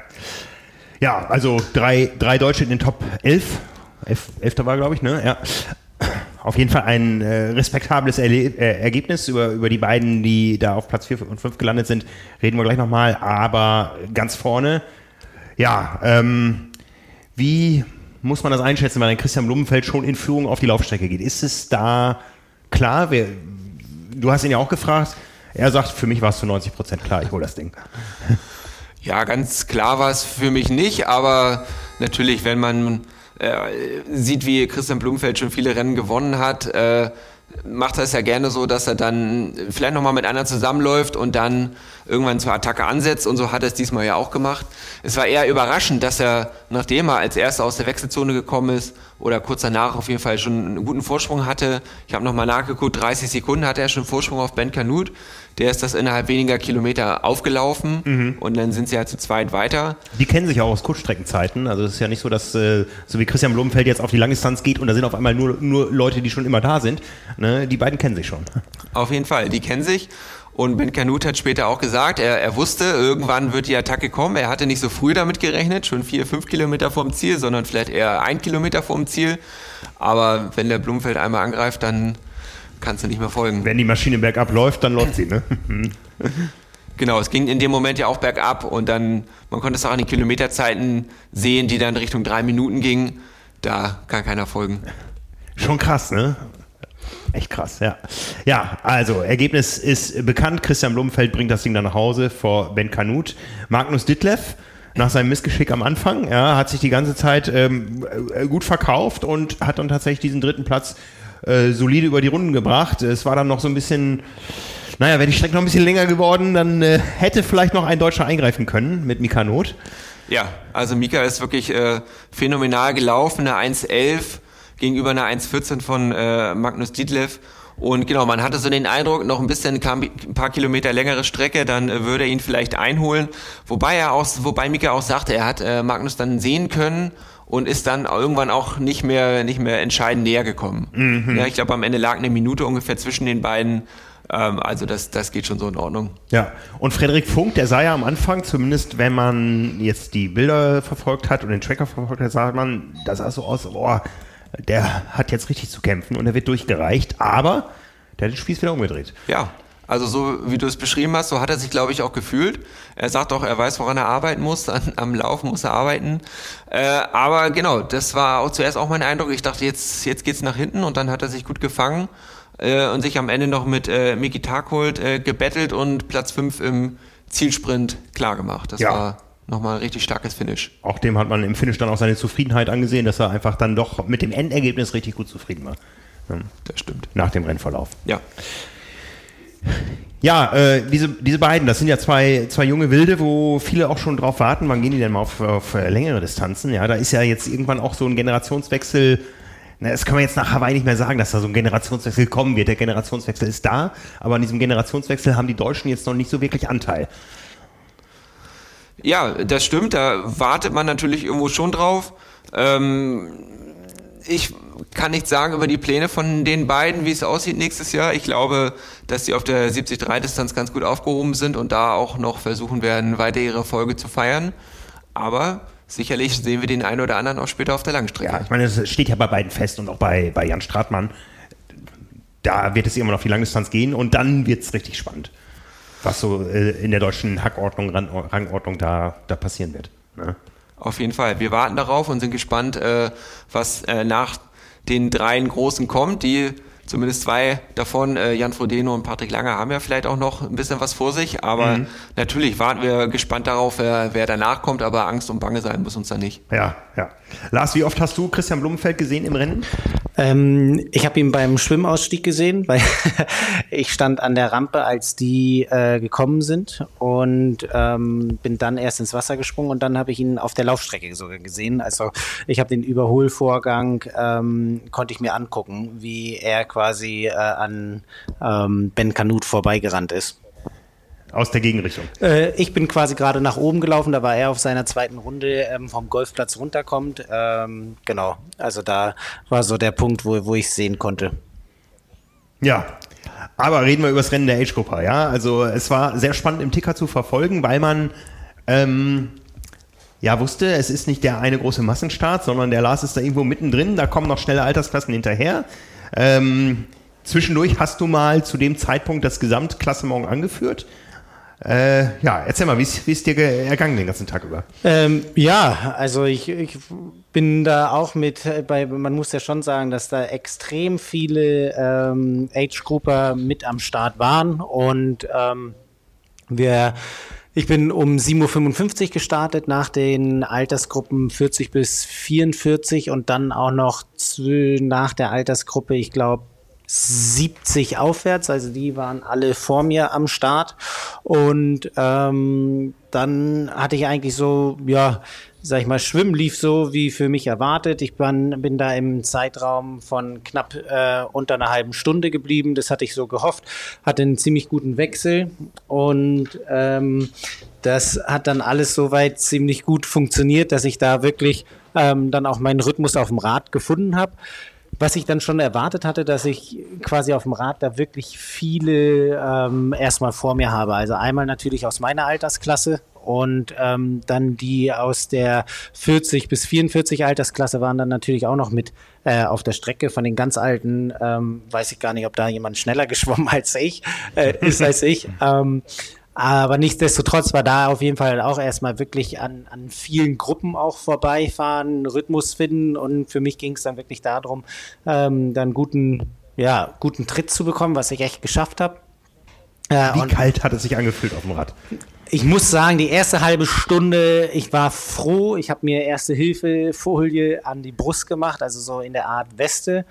Ja, also drei, drei Deutsche in den Top elf. Elf, Elfter war, glaube ich, ne? Ja. Auf jeden Fall ein äh, respektables Erle- äh, Ergebnis. Über, über die beiden, die da auf Platz vier und fünf gelandet sind, reden wir gleich nochmal. Aber ganz vorne, ja, ähm, wie muss man das einschätzen, wenn ein Christian Blumenfeld schon in Führung auf die Laufstrecke geht? Ist es da klar? Wer, du hast ihn ja auch gefragt. Er sagt, für mich war es zu neunzig Prozent klar, ich hole das Ding. Ja, ganz klar war es für mich nicht, aber natürlich, wenn man äh, sieht, wie Christian Blumenfeld schon viele Rennen gewonnen hat, äh, macht er es ja gerne so, dass er dann vielleicht nochmal mit einer zusammenläuft und dann irgendwann zur Attacke ansetzt, und so hat er es diesmal ja auch gemacht. Es war eher überraschend, dass er, nachdem er als Erster aus der Wechselzone gekommen ist, oder kurz danach auf jeden Fall schon einen guten Vorsprung hatte. Ich habe nochmal nachgeguckt, dreißig Sekunden hatte er schon Vorsprung auf Ben Kanute. Der ist das innerhalb weniger Kilometer aufgelaufen mhm. und dann sind sie halt zu zweit weiter. Die kennen sich auch aus Kurzstreckenzeiten. Also es ist ja nicht so, dass äh, so wie Christian Blumenfeld jetzt auf die Langdistanz geht und da sind auf einmal nur, nur Leute, die schon immer da sind. Ne? Die beiden kennen sich schon. Auf jeden Fall, die kennen sich. Und Ben Kanute hat später auch gesagt, er, er wusste, irgendwann wird die Attacke kommen. Er hatte nicht so früh damit gerechnet, schon vier, fünf Kilometer vorm Ziel, sondern vielleicht eher ein Kilometer vorm Ziel. Aber wenn der Blumenfeld einmal angreift, dann kannst du nicht mehr folgen. Wenn die Maschine bergab läuft, dann läuft sie, ne? Genau, es ging in dem Moment ja auch bergab und dann, man konnte es auch an den Kilometerzeiten sehen, die dann Richtung drei Minuten gingen. Da kann keiner folgen. Schon krass, ne? Echt krass, ja. Ja, also Ergebnis ist bekannt. Christian Blumenfeld bringt das Ding dann nach Hause vor Ben Kanute. Magnus Ditlev, nach seinem Missgeschick am Anfang, ja, hat sich die ganze Zeit ähm, gut verkauft und hat dann tatsächlich diesen dritten Platz äh, solide über die Runden gebracht. Es war dann noch so ein bisschen, naja, wäre die Strecke noch ein bisschen länger geworden, dann äh, hätte vielleicht noch ein Deutscher eingreifen können mit Mika Not. Ja, also Mika ist wirklich äh, phänomenal gelaufen, eine eins elf gegenüber einer eins vierzehn von äh, Magnus Ditlev. Und genau, man hatte so den Eindruck, noch ein bisschen ein paar Kilometer längere Strecke, dann äh, würde er ihn vielleicht einholen. Wobei er auch, wobei Mika auch sagte, er hat äh, Magnus dann sehen können und ist dann irgendwann auch nicht mehr, nicht mehr entscheidend näher gekommen. Mhm. Ja, ich glaube, am Ende lag eine Minute ungefähr zwischen den beiden. Ähm, also das, das geht schon so in Ordnung. Ja, und Frederik Funk, der sah ja am Anfang, zumindest wenn man jetzt die Bilder verfolgt hat und den Tracker verfolgt hat, sah man, das sah so aus, boah, der hat jetzt richtig zu kämpfen und er wird durchgereicht, aber der hat den Spieß wieder umgedreht. Ja, also so wie du es beschrieben hast, so hat er sich, glaube ich, auch gefühlt. Er sagt auch, er weiß, woran er arbeiten muss, an, am Laufen muss er arbeiten. Äh, aber genau, das war auch zuerst auch mein Eindruck. Ich dachte, jetzt, jetzt geht's nach hinten und dann hat er sich gut gefangen äh, und sich am Ende noch mit äh, Miki Takholt äh, gebettelt und Platz fünf im Zielsprint klargemacht. Das ja. war nochmal ein richtig starkes Finish. Auch dem hat man im Finish dann auch seine Zufriedenheit angesehen, dass er einfach dann doch mit dem Endergebnis richtig gut zufrieden war. Das stimmt. Nach dem Rennverlauf. Ja. Ja, äh, diese, diese beiden, das sind ja zwei, zwei junge Wilde, wo viele auch schon drauf warten, wann gehen die denn mal auf, auf längere Distanzen? Ja, da ist ja jetzt irgendwann auch so ein Generationswechsel. Na, das kann man jetzt nach Hawaii nicht mehr sagen, dass da so ein Generationswechsel kommen wird. Der Generationswechsel ist da, aber an diesem Generationswechsel haben die Deutschen jetzt noch nicht so wirklich Anteil. Ja, das stimmt, da wartet man natürlich irgendwo schon drauf. Ähm, ich kann nichts sagen über die Pläne von den beiden, wie es aussieht nächstes Jahr. Ich glaube, dass sie auf der siebzig drei Distanz ganz gut aufgehoben sind und da auch noch versuchen werden, weiter ihre Erfolge zu feiern. Aber sicherlich sehen wir den einen oder anderen auch später auf der Langstrecke. Ja, ich meine, das steht ja bei beiden fest und auch bei, bei Jan Stratmann. Da wird es irgendwann auf die Langdistanz gehen und dann wird es richtig spannend, was so äh, in der deutschen Hackordnung, Rangordnung da, da passieren wird. Ne? Auf jeden Fall. Wir warten darauf und sind gespannt, äh, was äh, nach den dreien Großen kommt. Die, zumindest zwei davon, äh, Jan Frodeno und Patrick Lange, haben ja vielleicht auch noch ein bisschen was vor sich. Aber mhm. natürlich warten wir gespannt darauf, wer, wer danach kommt. Aber Angst und Bange sein muss uns da nicht. Ja, ja. Lars, wie oft hast du Christian Blumenfeld gesehen im Rennen? Ähm, ich habe ihn beim Schwimmausstieg gesehen, weil ich stand an der Rampe, als die äh, gekommen sind und ähm, bin dann erst ins Wasser gesprungen und dann habe ich ihn auf der Laufstrecke sogar gesehen. Also ich habe den Überholvorgang, ähm, konnte ich mir angucken, wie er quasi äh, an ähm, Ben Kanute vorbeigerannt ist. Aus der Gegenrichtung? Äh, ich bin quasi gerade nach oben gelaufen, da war er auf seiner zweiten Runde ähm, vom Golfplatz runterkommt. Ähm, genau, also da war so der Punkt, wo, wo ich es sehen konnte. Ja, aber reden wir über das Rennen der Age-Gruppe. Ja? Also es war sehr spannend im Ticker zu verfolgen, weil man ähm, ja wusste, es ist nicht der eine große Massenstart, sondern der Lars ist da irgendwo mittendrin, da kommen noch schnelle Altersklassen hinterher. Ähm, zwischendurch hast du mal zu dem Zeitpunkt das Gesamtklassement angeführt. Äh, ja, erzähl mal, wie ist, wie ist dir ergangen den ganzen Tag über? Ähm, ja, also ich, ich bin da auch mit, bei, man muss ja schon sagen, dass da extrem viele ähm, Age-Grupper mit am Start waren und ähm, wir, ich bin um sieben Uhr fünfundfünfzig gestartet nach den Altersgruppen vierzig bis vierundvierzig und dann auch noch zu, nach der Altersgruppe, ich glaube, siebzig aufwärts, also die waren alle vor mir am Start und ähm, dann hatte ich eigentlich so, ja, sag ich mal, Schwimmen lief so wie für mich erwartet. Ich bin, bin da im Zeitraum von knapp äh, unter einer halben Stunde geblieben. Das hatte ich so gehofft. Hatte einen ziemlich guten Wechsel und ähm, das hat dann alles soweit ziemlich gut funktioniert, dass ich da wirklich ähm, dann auch meinen Rhythmus auf dem Rad gefunden habe. Was ich dann schon erwartet hatte, dass ich quasi auf dem Rad da wirklich viele ähm, erstmal vor mir habe. Also einmal natürlich aus meiner Altersklasse und ähm, dann die aus der vierzig bis vierundvierzig Altersklasse waren dann natürlich auch noch mit äh, auf der Strecke. Von den ganz Alten ähm, weiß ich gar nicht, ob da jemand schneller geschwommen als ich äh, ist als ich. Ähm, Aber nichtsdestotrotz war da auf jeden Fall auch erstmal wirklich an, an vielen Gruppen auch vorbeifahren, Rhythmus finden und für mich ging es dann wirklich darum, ähm, dann guten, ja, guten Tritt zu bekommen, was ich echt geschafft habe. Äh, Wie kalt hat es sich angefühlt auf dem Rad? Ich muss sagen, die erste halbe Stunde, ich war froh, ich habe mir erste Hilfe Folie an die Brust gemacht, also so in der Art Weste.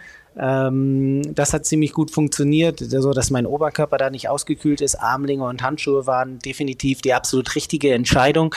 Ähm, das hat ziemlich gut funktioniert, so dass mein Oberkörper da nicht ausgekühlt ist. Armlinge und Handschuhe waren definitiv die absolut richtige Entscheidung.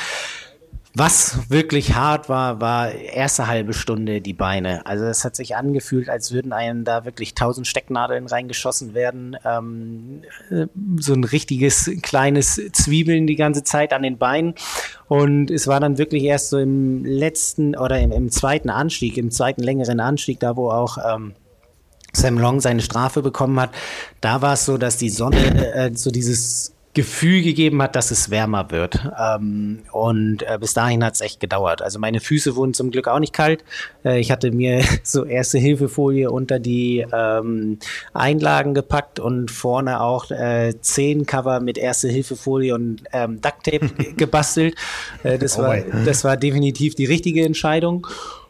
Was wirklich hart war, war erste halbe Stunde die Beine. Also es hat sich angefühlt, als würden einem da wirklich tausend Stecknadeln reingeschossen werden. Ähm, so ein richtiges kleines Zwiebeln die ganze Zeit an den Beinen. Und es war dann wirklich erst so im letzten oder im, im zweiten Anstieg, im zweiten längeren Anstieg, da wo auch ähm, Sam Long seine Strafe bekommen hat, da war es so, dass die Sonne äh, so dieses Gefühl gegeben hat, dass es wärmer wird. Ähm, und äh, bis dahin hat es echt gedauert. Also meine Füße wurden zum Glück auch nicht kalt. Äh, ich hatte mir so Erste-Hilfe-Folie unter die ähm, Einlagen gepackt und vorne auch äh, Zehencover mit Erste-Hilfe-Folie und ähm, Ducktape gebastelt. Äh, das, oh war, das war definitiv die richtige Entscheidung.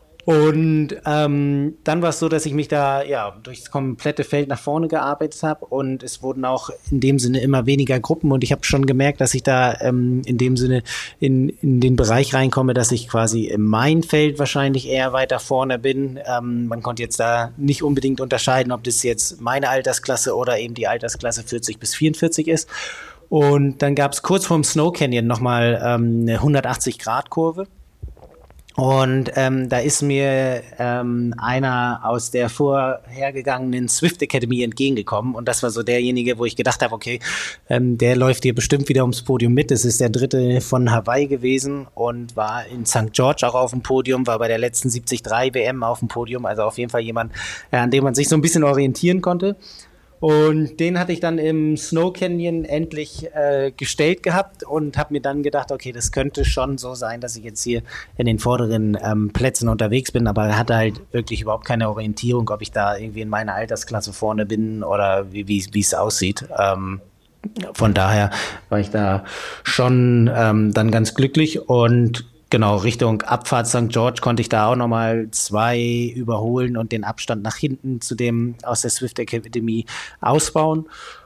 Und ähm, dann war es so, dass ich mich da ja durchs komplette Feld nach vorne gearbeitet habe und es wurden auch in dem Sinne immer weniger Gruppen und ich habe schon gemerkt, dass ich da ähm, in dem Sinne in, in den Bereich reinkomme, dass ich quasi in mein Feld wahrscheinlich eher weiter vorne bin. Ähm, man konnte jetzt da nicht unbedingt unterscheiden, ob das jetzt meine Altersklasse oder eben die Altersklasse vierzig bis vierundvierzig ist. Und dann gab es kurz vorm Snow Canyon nochmal ähm, eine hundertachtzig Grad Kurve. Und ähm, da ist mir ähm, einer aus der vorhergegangenen Swift Academy entgegengekommen und das war so derjenige, wo ich gedacht habe, okay, ähm, der läuft hier bestimmt wieder ums Podium mit. Das ist der dritte von Hawaii gewesen und war in Sankt George auch auf dem Podium, war bei der letzten siebzig drei W M auf dem Podium, also auf jeden Fall jemand, äh, an dem man sich so ein bisschen orientieren konnte. Und den hatte ich dann im Snow Canyon endlich äh, gestellt gehabt und habe mir dann gedacht, okay, das könnte schon so sein, dass ich jetzt hier in den vorderen ähm, Plätzen unterwegs bin, aber er hatte halt wirklich überhaupt keine Orientierung, ob ich da irgendwie in meiner Altersklasse vorne bin oder wie wie wie es aussieht. Ähm, von daher war ich da schon ähm, dann ganz glücklich und genau, Richtung Abfahrt Sankt George konnte ich da auch nochmal zwei überholen und den Abstand nach hinten zu dem aus der Swift Academy ausbauen.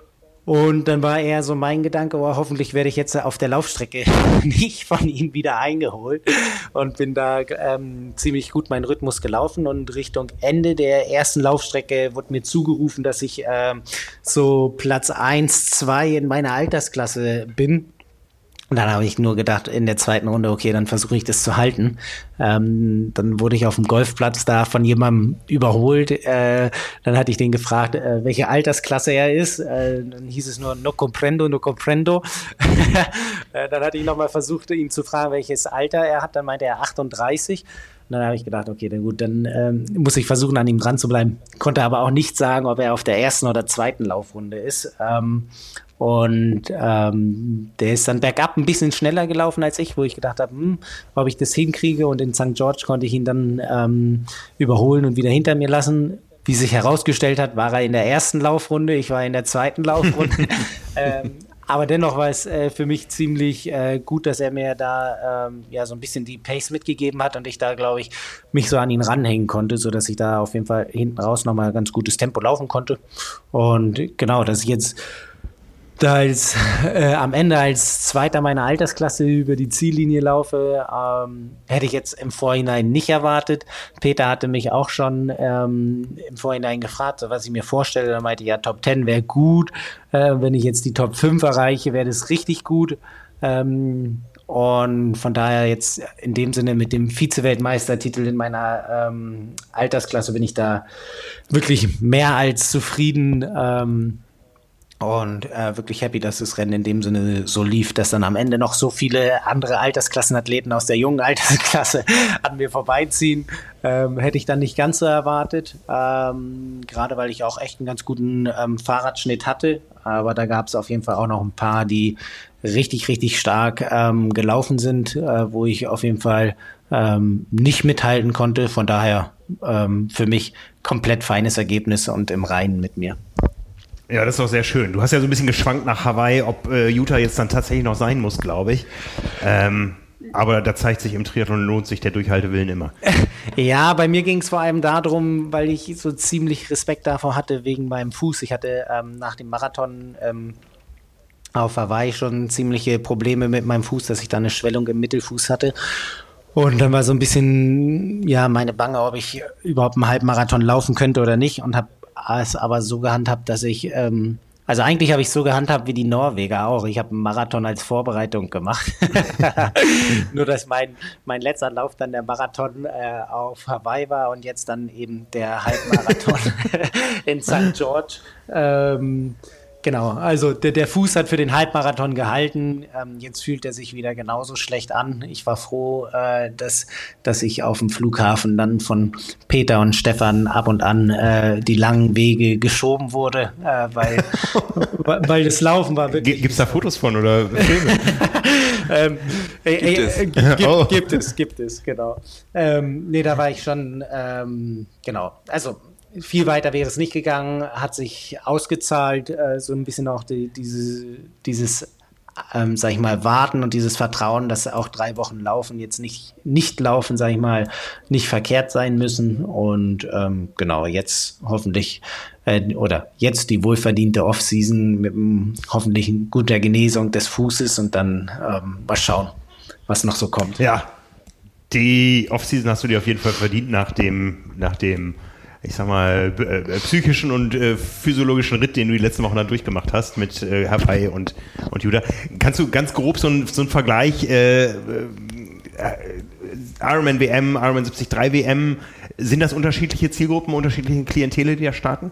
Und dann war eher so mein Gedanke, oh, hoffentlich werde ich jetzt auf der Laufstrecke nicht von ihm wieder eingeholt und bin da ähm, ziemlich gut meinen Rhythmus gelaufen und Richtung Ende der ersten Laufstrecke wurde mir zugerufen, dass ich ähm, so Platz eins, zwei in meiner Altersklasse bin. Und dann habe ich nur gedacht, in der zweiten Runde, okay, dann versuche ich das zu halten. Ähm, dann wurde ich auf dem Golfplatz da von jemandem überholt. Äh, dann hatte ich den gefragt, äh, welche Altersklasse er ist. Äh, dann hieß es nur, no comprendo, no comprendo. äh, dann hatte ich nochmal versucht, ihn zu fragen, welches Alter er hat. Dann meinte er achtunddreißig. Und dann habe ich gedacht, okay, dann gut, dann ähm, muss ich versuchen, an ihm dran zu bleiben. Konnte aber auch nicht sagen, ob er auf der ersten oder zweiten Laufrunde ist. Ähm, und ähm, der ist dann bergab ein bisschen schneller gelaufen als ich, wo ich gedacht habe, hm, ob ich das hinkriege. Und in Sankt George konnte ich ihn dann ähm, überholen und wieder hinter mir lassen. Wie sich herausgestellt hat, war er in der ersten Laufrunde, ich war in der zweiten Laufrunde. ähm, Aber dennoch war es äh, für mich ziemlich äh, gut, dass er mir da ähm, ja so ein bisschen die Pace mitgegeben hat und ich da, glaube ich, mich so an ihn ranhängen konnte, sodass ich da auf jeden Fall hinten raus nochmal ganz gutes Tempo laufen konnte. Und genau, dass ich jetzt da als, äh, am Ende als Zweiter meiner Altersklasse über die Ziellinie laufe, ähm, hätte ich jetzt im Vorhinein nicht erwartet. Peter hatte mich auch schon ähm, im Vorhinein gefragt, so was ich mir vorstelle. Er meinte, ja, Top zehn wäre gut. Äh, wenn ich jetzt die Top fünf erreiche, wäre das richtig gut. Ähm, Und von daher jetzt in dem Sinne mit dem Vize-Weltmeistertitel in meiner ähm, Altersklasse bin ich da wirklich mehr als zufrieden ähm, und äh, wirklich happy, dass das Rennen in dem Sinne so lief, dass dann am Ende noch so viele andere Altersklassenathleten aus der jungen Altersklasse an mir vorbeiziehen. Ähm, hätte ich dann nicht ganz so erwartet, ähm, gerade weil ich auch echt einen ganz guten ähm, Fahrradschnitt hatte. Aber da gab es auf jeden Fall auch noch ein paar, die richtig, richtig stark ähm, gelaufen sind, äh, wo ich auf jeden Fall ähm, nicht mithalten konnte. Von daher ähm, für mich komplett feines Ergebnis und im Reinen mit mir. Ja, das ist doch sehr schön. Du hast ja so ein bisschen geschwankt nach Hawaii, ob äh, Utah jetzt dann tatsächlich noch sein muss, glaube ich. Ähm, aber da zeigt sich, im Triathlon lohnt sich der Durchhaltewillen immer. Ja, bei mir ging es vor allem darum, weil ich so ziemlich Respekt davor hatte wegen meinem Fuß. Ich hatte ähm, nach dem Marathon ähm, auf Hawaii schon ziemliche Probleme mit meinem Fuß, dass ich da eine Schwellung im Mittelfuß hatte. Und dann war so ein bisschen, ja, meine Bange, ob ich überhaupt einen Halbmarathon laufen könnte oder nicht. Und habe es aber so gehandhabt, dass ich, ähm, also eigentlich habe ich so gehandhabt wie die Norweger auch. Ich habe einen Marathon als Vorbereitung gemacht. Nur, dass mein, mein letzter Lauf dann der Marathon äh, auf Hawaii war und jetzt dann eben der Halbmarathon in Sankt George. Ähm, Genau, also der, der Fuß hat für den Halbmarathon gehalten. Ähm, jetzt fühlt er sich wieder genauso schlecht an. Ich war froh, äh, dass, dass ich auf dem Flughafen dann von Peter und Stefan ab und an äh, die langen Wege geschoben wurde, äh, weil, weil das Laufen war wirklich... Gibt es da Fotos von oder Filme? ähm, äh, gibt, äh, es. Äh, gibt, oh. gibt es, gibt es, genau. Ähm, nee, da war ich schon, ähm, genau, also... Viel weiter wäre es nicht gegangen, hat sich ausgezahlt, äh, so ein bisschen auch die, diese, dieses, ähm, sag ich mal, Warten und dieses Vertrauen, dass auch drei Wochen laufen, jetzt nicht, nicht laufen, sag ich mal, nicht verkehrt sein müssen. Und ähm, genau, jetzt hoffentlich, äh, oder jetzt die wohlverdiente Off-Season mit einem hoffentlich guter Genesung des Fußes und dann ähm, mal schauen, was noch so kommt. Ja, die Off-Season hast du dir auf jeden Fall verdient nach dem, nach dem ich sag mal, äh, psychischen und äh, physiologischen Ritt, den du die letzten Wochen dann durchgemacht hast mit äh, Hawaii und, und Utah. Kannst du ganz grob so, ein, so einen Vergleich, äh, äh, Ironman W M, Ironman siebzig drei W M, sind das unterschiedliche Zielgruppen, unterschiedliche Klientele, die da starten?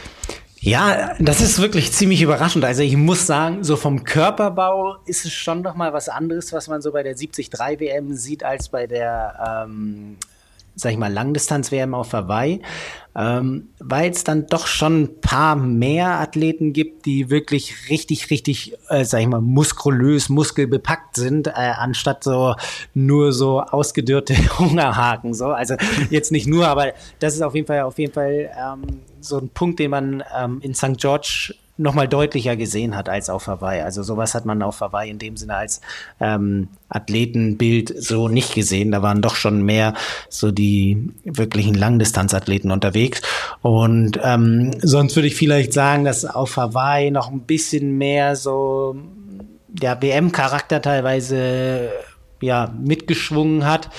Ja, das ist wirklich ziemlich überraschend. Also ich muss sagen, so vom Körperbau ist es schon noch mal was anderes, was man so bei der siebzig drei W M sieht, als bei der ähm, sag ich mal, Langdistanz-W M auf Hawaii, ähm, weil es dann doch schon ein paar mehr Athleten gibt, die wirklich richtig, richtig, äh, sag ich mal, muskulös, muskelbepackt sind, äh, anstatt so nur so ausgedörrte Hungerhaken. So. Also jetzt nicht nur, aber das ist auf jeden Fall, auf jeden Fall ähm, so ein Punkt, den man ähm, in Sankt George nochmal deutlicher gesehen hat als auf Hawaii. Also sowas hat man auf Hawaii in dem Sinne als ähm, Athletenbild so nicht gesehen. Da waren doch schon mehr so die wirklichen Langdistanzathleten unterwegs. Und ähm, sonst würde ich vielleicht sagen, dass auf Hawaii noch ein bisschen mehr so ja, W M-Charakter teilweise ja, mitgeschwungen hat,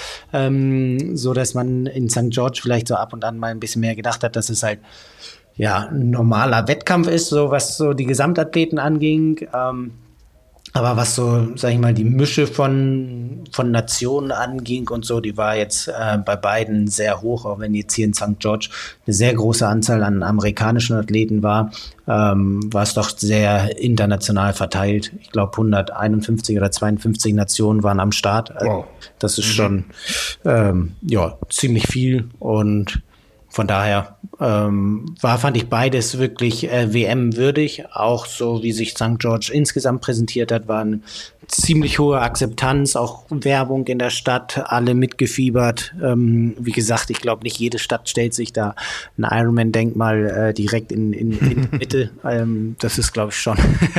ähm, so dass man in Sankt George vielleicht so ab und an mal ein bisschen mehr gedacht hat, dass es halt ja, ein normaler Wettkampf ist, so was so die Gesamtathleten anging. Ähm, aber was so, sag ich mal, die Mische von, von Nationen anging und so, die war jetzt äh, bei beiden sehr hoch, auch wenn jetzt hier in Sankt George eine sehr große Anzahl an amerikanischen Athleten war, ähm, war es doch sehr international verteilt. Ich glaube, hunderteinundfünfzig oder zweiundfünfzig Nationen waren am Start. Wow. Das ist schon ähm, ja, ziemlich viel und von daher ähm, war, fand ich beides wirklich äh, W M-würdig. Auch so, wie sich Sankt George insgesamt präsentiert hat, war eine ziemlich hohe Akzeptanz, auch Werbung in der Stadt, alle mitgefiebert. Ähm, wie gesagt, ich glaube, nicht jede Stadt stellt sich da ein Ironman-Denkmal äh, direkt in, in, in die Mitte. ähm, das ist, glaube ich, schon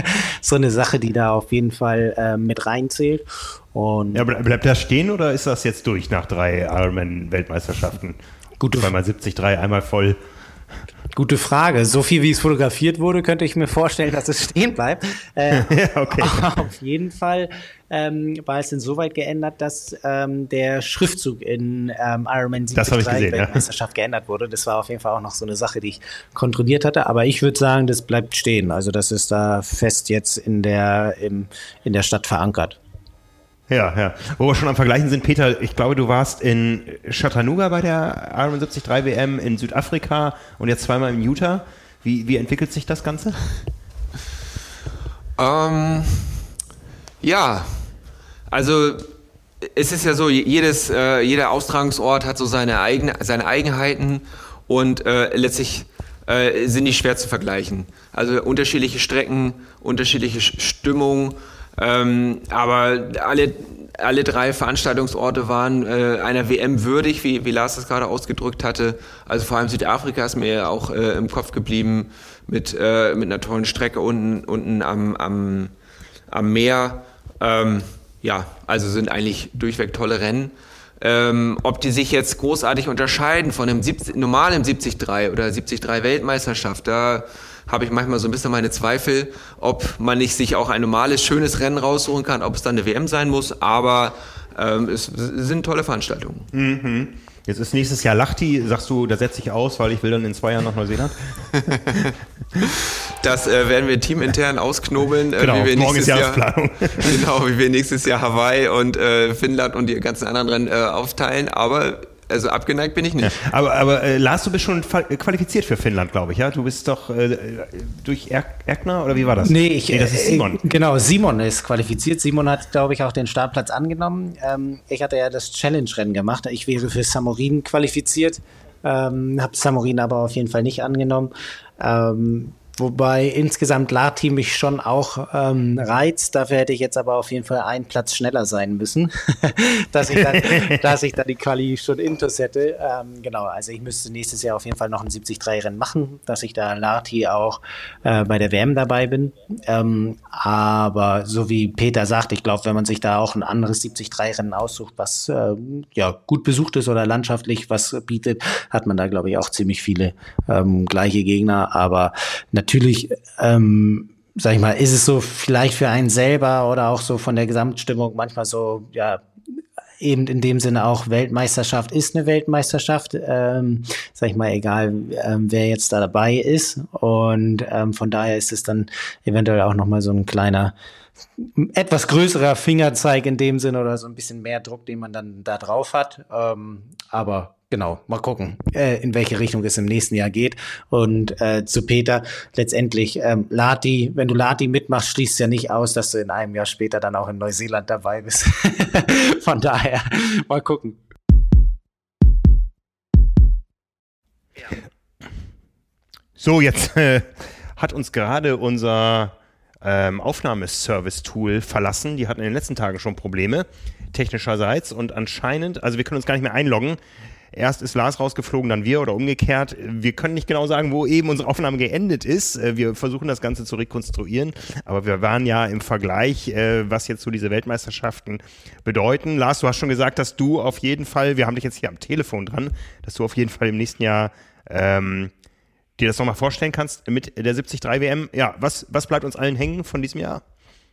so eine Sache, die da auf jeden Fall äh, mit reinzählt. Und ja, bleibt das stehen oder ist das jetzt durch nach drei Ironman-Weltmeisterschaften? Gute Zweimal siebzig drei, einmal voll. Gute Frage. So viel, wie es fotografiert wurde, könnte ich mir vorstellen, dass es stehen bleibt. Äh, ja, okay. Auf jeden Fall ähm, war es insoweit geändert, dass ähm, der Schriftzug in ähm, Ironman siebzig drei Weltmeisterschaft ja. geändert wurde. Das war auf jeden Fall auch noch so eine Sache, die ich kontrolliert hatte. Aber ich würde sagen, das bleibt stehen. Also das ist da fest jetzt in der, im, in der Stadt verankert. Ja, ja. Wo wir schon am Vergleichen sind, Peter, ich glaube, du warst in Chattanooga bei der Ironman siebzig drei W M, in Südafrika und jetzt zweimal in Utah. Wie, wie entwickelt sich das Ganze? Ähm, ja, also es ist ja so, jedes, äh, jeder Austragungsort hat so seine, eigene, seine Eigenheiten und äh, letztlich äh, sind die schwer zu vergleichen. Also unterschiedliche Strecken, unterschiedliche Stimmung, ähm, aber alle, alle drei Veranstaltungsorte waren äh, einer W M würdig, wie, wie Lars das gerade ausgedrückt hatte. Also vor allem Südafrika ist mir auch äh, im Kopf geblieben mit, äh, mit einer tollen Strecke unten, unten am, am, am Meer. Ähm, ja, also sind eigentlich durchweg tolle Rennen. Ähm, ob die sich jetzt großartig unterscheiden von einem siebzig, normalen siebzig drei oder siebzig drei Weltmeisterschaft, da habe ich manchmal so ein bisschen meine Zweifel, ob man nicht sich auch ein normales, schönes Rennen raussuchen kann, ob es dann eine W M sein muss, aber ähm, es sind tolle Veranstaltungen. Mhm. Jetzt ist nächstes Jahr Lahti, sagst du, da setze ich aus, weil ich will dann in zwei Jahren nach Neuseeland? Das äh, werden wir teamintern ausknobeln, äh, genau, wie wir morgen nächstes ist Jahresplanung. Jahr, genau, wie wir nächstes Jahr Hawaii und äh, Finnland und die ganzen anderen Rennen äh, aufteilen, aber also abgeneigt bin ich nicht. Ja, aber aber äh, Lars, du bist schon qualifiziert für Finnland, glaube ich, ja? Du bist doch äh, durch er Erkner oder wie war das? Nee, ich, nee, das ist Simon. Äh, genau, Simon ist qualifiziert. Simon hat, glaube ich, auch den Startplatz angenommen. Ähm, ich hatte ja das Challenge-Rennen gemacht. Ich wäre für Samorin qualifiziert, ähm, habe Samorin aber auf jeden Fall nicht angenommen. Ähm, Wobei insgesamt Lahti mich schon auch ähm, reizt. Dafür hätte ich jetzt aber auf jeden Fall einen Platz schneller sein müssen, dass ich dann, dass ich dann die Quali schon intus hätte. Ähm, genau, also ich müsste nächstes Jahr auf jeden Fall noch ein siebzig drei Rennen machen, dass ich da Lahti auch äh, bei der W M dabei bin. Ähm, aber so wie Peter sagt, ich glaube, wenn man sich da auch ein anderes siebzig drei Rennen aussucht, was äh, ja gut besucht ist oder landschaftlich was bietet, hat man da, glaube ich, auch ziemlich viele ähm, gleiche Gegner. Aber natürlich, ähm, sag ich mal, ist es so vielleicht für einen selber oder auch so von der Gesamtstimmung manchmal so, ja, eben in dem Sinne auch Weltmeisterschaft ist eine Weltmeisterschaft, ähm, sag ich mal, egal ähm, wer jetzt da dabei ist. Und ähm, von daher ist es dann eventuell auch nochmal so ein kleiner, etwas größerer Fingerzeig in dem Sinne oder so ein bisschen mehr Druck, den man dann da drauf hat. Ähm, aber genau, mal gucken, äh, in welche Richtung es im nächsten Jahr geht. Und äh, zu Peter, letztendlich, ähm, Lahti, wenn du Lahti mitmachst, schließt es ja nicht aus, dass du in einem Jahr später dann auch in Neuseeland dabei bist. Von daher, mal gucken. So, jetzt äh, hat uns gerade unser ähm, Aufnahmeservice-Tool verlassen. Die hatten in den letzten Tagen schon Probleme, technischerseits. Und anscheinend, also wir können uns gar nicht mehr einloggen. Erst ist Lars rausgeflogen, dann wir oder umgekehrt. Wir können nicht genau sagen, wo eben unsere Aufnahme geendet ist. Wir versuchen das Ganze zu rekonstruieren, aber wir waren ja im Vergleich, was jetzt so diese Weltmeisterschaften bedeuten. Lars, du hast schon gesagt, dass du auf jeden Fall, wir haben dich jetzt hier am Telefon dran, dass du auf jeden Fall im nächsten Jahr ähm, dir das nochmal vorstellen kannst mit der siebzig drei W M. Ja, was, was bleibt uns allen hängen von diesem Jahr?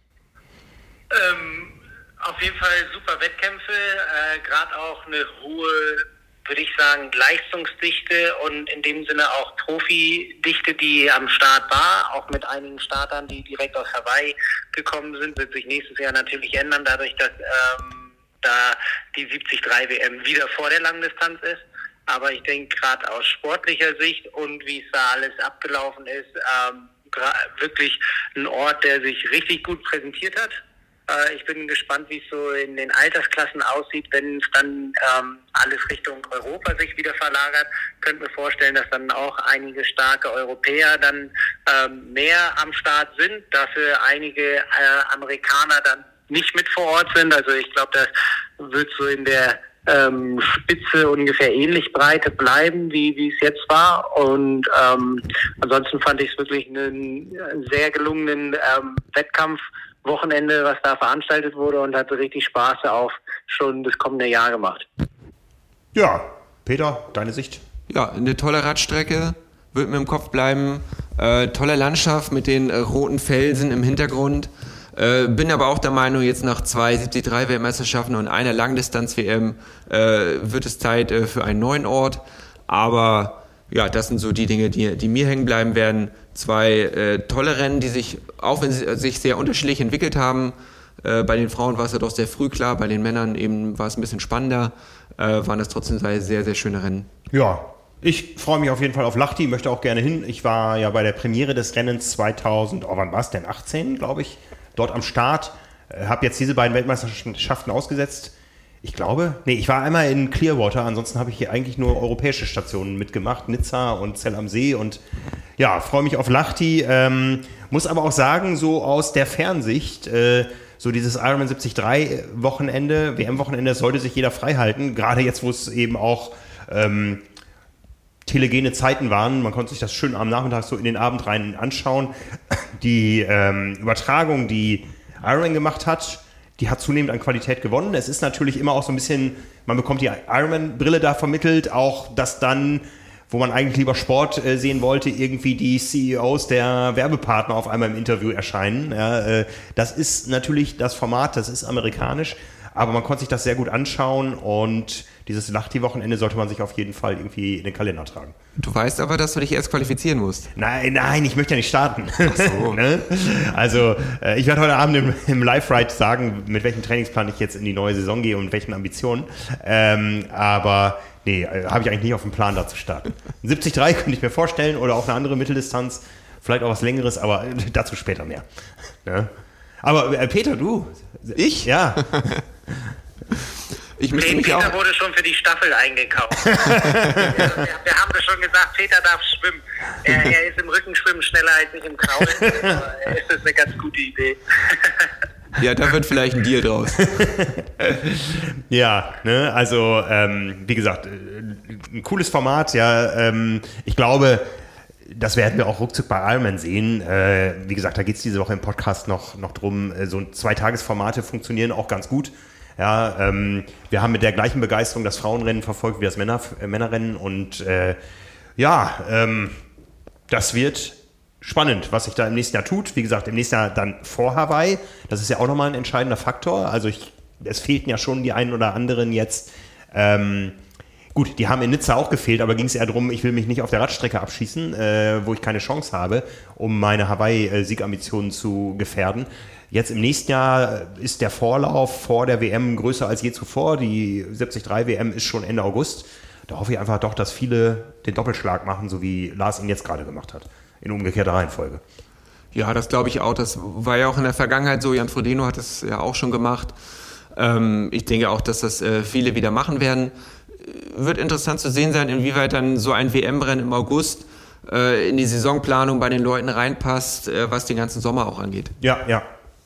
Ähm, auf jeden Fall super Wettkämpfe, äh, gerade auch eine hohe, würde ich sagen, Leistungsdichte und in dem Sinne auch Profidichte, die am Start war, auch mit einigen Startern, die direkt aus Hawaii gekommen sind, wird sich nächstes Jahr natürlich ändern, dadurch, dass ähm, da die siebzig drei W M wieder vor der Langdistanz ist. Aber ich denke, gerade aus sportlicher Sicht und wie es da alles abgelaufen ist, ähm, wirklich ein Ort, der sich richtig gut präsentiert hat. Ich bin gespannt, wie es so in den Altersklassen aussieht, wenn es dann ähm, alles Richtung Europa sich wieder verlagert. Ich könnte mir vorstellen, dass dann auch einige starke Europäer dann ähm, mehr am Start sind, dafür einige äh, Amerikaner dann nicht mit vor Ort sind. Also ich glaube, das wird so in der ähm, Spitze ungefähr ähnlich Breite bleiben, wie wie es jetzt war. Und ähm, ansonsten fand ich es wirklich einen sehr gelungenen ähm, Wettkampf. Wochenende, was da veranstaltet wurde und hatte richtig Spaß auf schon das kommende Jahr gemacht. Ja, Peter, deine Sicht? Ja, eine tolle Radstrecke, wird mir im Kopf bleiben. Äh, tolle Landschaft mit den äh, roten Felsen im Hintergrund. Äh, bin aber auch der Meinung, jetzt nach zwei siebzig drei Weltmeisterschaften und einer Langdistanz-W M äh, wird es Zeit äh, für einen neuen Ort. Aber ja, das sind so die Dinge, die, die mir hängen bleiben werden. Zwei äh, tolle Rennen, die sich, auch wenn sie sich sehr unterschiedlich entwickelt haben, Äh, bei den Frauen war es ja doch sehr früh klar, bei den Männern eben war es ein bisschen spannender, äh, waren das trotzdem sehr, sehr schöne Rennen. Ja, ich freue mich auf jeden Fall auf Lahti, möchte auch gerne hin. Ich war ja bei der Premiere des Rennens zweitausend, oh wann war es denn, achtzehn, glaube ich, dort am Start. Äh, habe jetzt diese beiden Weltmeisterschaften ausgesetzt. Ich glaube, nee, ich war einmal in Clearwater, ansonsten habe ich hier eigentlich nur europäische Stationen mitgemacht, Nizza und Zell am See und ja, freue mich auf Lahti, ähm, muss aber auch sagen, so aus der Fernsicht, äh, so dieses Ironman siebzig drei Wochenende, W M-Wochenende, sollte sich jeder frei halten, gerade jetzt, wo es eben auch ähm, telegene Zeiten waren, man konnte sich das schön am Nachmittag so in den Abend rein anschauen, die ähm, Übertragung, die Ironman gemacht hat, die hat zunehmend an Qualität gewonnen. Es ist natürlich immer auch so ein bisschen, man bekommt die Ironman-Brille da vermittelt, auch dass dann, wo man eigentlich lieber Sport äh, sehen wollte, irgendwie die C E Os der Werbepartner auf einmal im Interview erscheinen. Ja, äh, das ist natürlich das Format, das ist amerikanisch, aber man konnte sich das sehr gut anschauen und dieses Lahti-Wochenende sollte man sich auf jeden Fall irgendwie in den Kalender tragen. Du weißt aber, dass du dich erst qualifizieren musst. Nein, nein, ich möchte ja nicht starten. Ach so. Ne? Also äh, ich werde heute Abend im, im Live-Ride sagen, mit welchem Trainingsplan ich jetzt in die neue Saison gehe und mit welchen Ambitionen. Ähm, aber nee, äh, habe ich eigentlich nicht auf dem Plan, da zu starten. siebzig drei könnte ich mir vorstellen oder auch eine andere Mitteldistanz, vielleicht auch was Längeres, aber äh, dazu später mehr. Ne? Aber äh, Peter, du? Ich? Ja. Ich müsste Nee, mich Peter auch wurde schon für die Staffel eingekauft. wir, wir haben das schon gesagt, Peter darf schwimmen. Er, er ist im Rückenschwimmen schneller als ich im Kraulen. Aber es ist eine ganz gute Idee. Ja, da wird vielleicht ein Deal draus. Ja, ne, also ähm, wie gesagt, äh, ein cooles Format, ja, ähm, ich glaube, das werden wir auch ruckzuck bei Ironman sehen. Äh, wie gesagt, da geht es diese Woche im Podcast noch, noch drum, äh, so Zweitagesformate funktionieren auch ganz gut. Ja, ähm, wir haben mit der gleichen Begeisterung das Frauenrennen verfolgt wie das Männer, äh, Männerrennen und äh, ja, ähm, das wird spannend, was sich da im nächsten Jahr tut. Wie gesagt, im nächsten Jahr dann vor Hawaii. Das ist ja auch nochmal ein entscheidender Faktor. Also ich, es fehlten ja schon die einen oder anderen jetzt. Ähm, gut, die haben in Nizza auch gefehlt, aber ging es eher darum, ich will mich nicht auf der Radstrecke abschießen, äh, wo ich keine Chance habe, um meine Hawaii-Siegambitionen zu gefährden. Jetzt im nächsten Jahr ist der Vorlauf vor der W M größer als je zuvor. Die siebzig drei W M ist schon Ende August. Da hoffe ich einfach doch, dass viele den Doppelschlag machen, so wie Lars ihn jetzt gerade gemacht hat. In umgekehrter Reihenfolge. Ja, das glaube ich auch. Das war ja auch in der Vergangenheit so. Jan Frodeno hat das ja auch schon gemacht. Ähm, ich denke auch, dass das äh, viele wieder machen werden. Wird interessant zu sehen sein, inwieweit dann so ein W M-Rennen im August äh, in die Saisonplanung bei den Leuten reinpasst, äh, was den ganzen Sommer auch angeht. Ja, ja.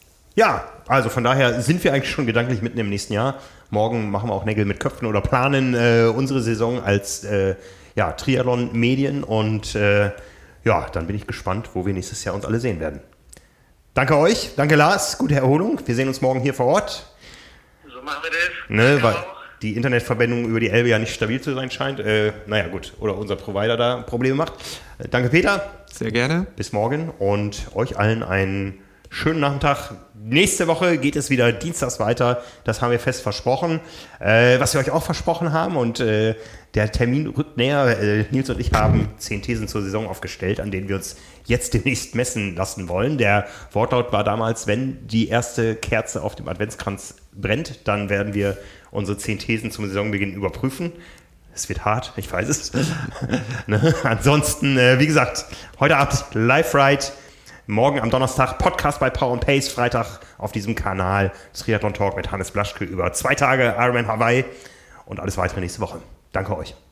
Ja, also von daher sind wir eigentlich schon gedanklich mitten im nächsten Jahr. Morgen machen wir auch Nägel mit Köpfen oder planen äh, unsere Saison als äh, ja, Triathlon-Medien und äh, ja, dann bin ich gespannt, wo wir nächstes Jahr uns alle sehen werden. Danke euch, danke Lars, gute Erholung. Wir sehen uns morgen hier vor Ort. So machen wir das. Ne, weil die Internetverbindung über die Elbe ja nicht stabil zu sein scheint. Äh, naja gut, oder unser Provider da Probleme macht. Äh, danke Peter. Sehr gerne. Bis morgen und euch allen einen schönen Nachmittag. Nächste Woche geht es wieder dienstags weiter. Das haben wir fest versprochen. Äh, was wir euch auch versprochen haben und äh, der Termin rückt näher. Äh, Nils und ich haben zehn Thesen zur Saison aufgestellt, an denen wir uns jetzt demnächst messen lassen wollen. Der Wortlaut war damals, wenn die erste Kerze auf dem Adventskranz brennt, dann werden wir unsere zehn Thesen zum Saisonbeginn überprüfen. Es wird hart, ich weiß es. Ne? Ansonsten, äh, wie gesagt, heute Abend Live-Ride. Morgen am Donnerstag Podcast bei Power and Pace, Freitag auf diesem Kanal Triathlon Talk mit Hannes Blaschke über zwei Tage Ironman Hawaii und alles weitere nächste Woche. Danke euch.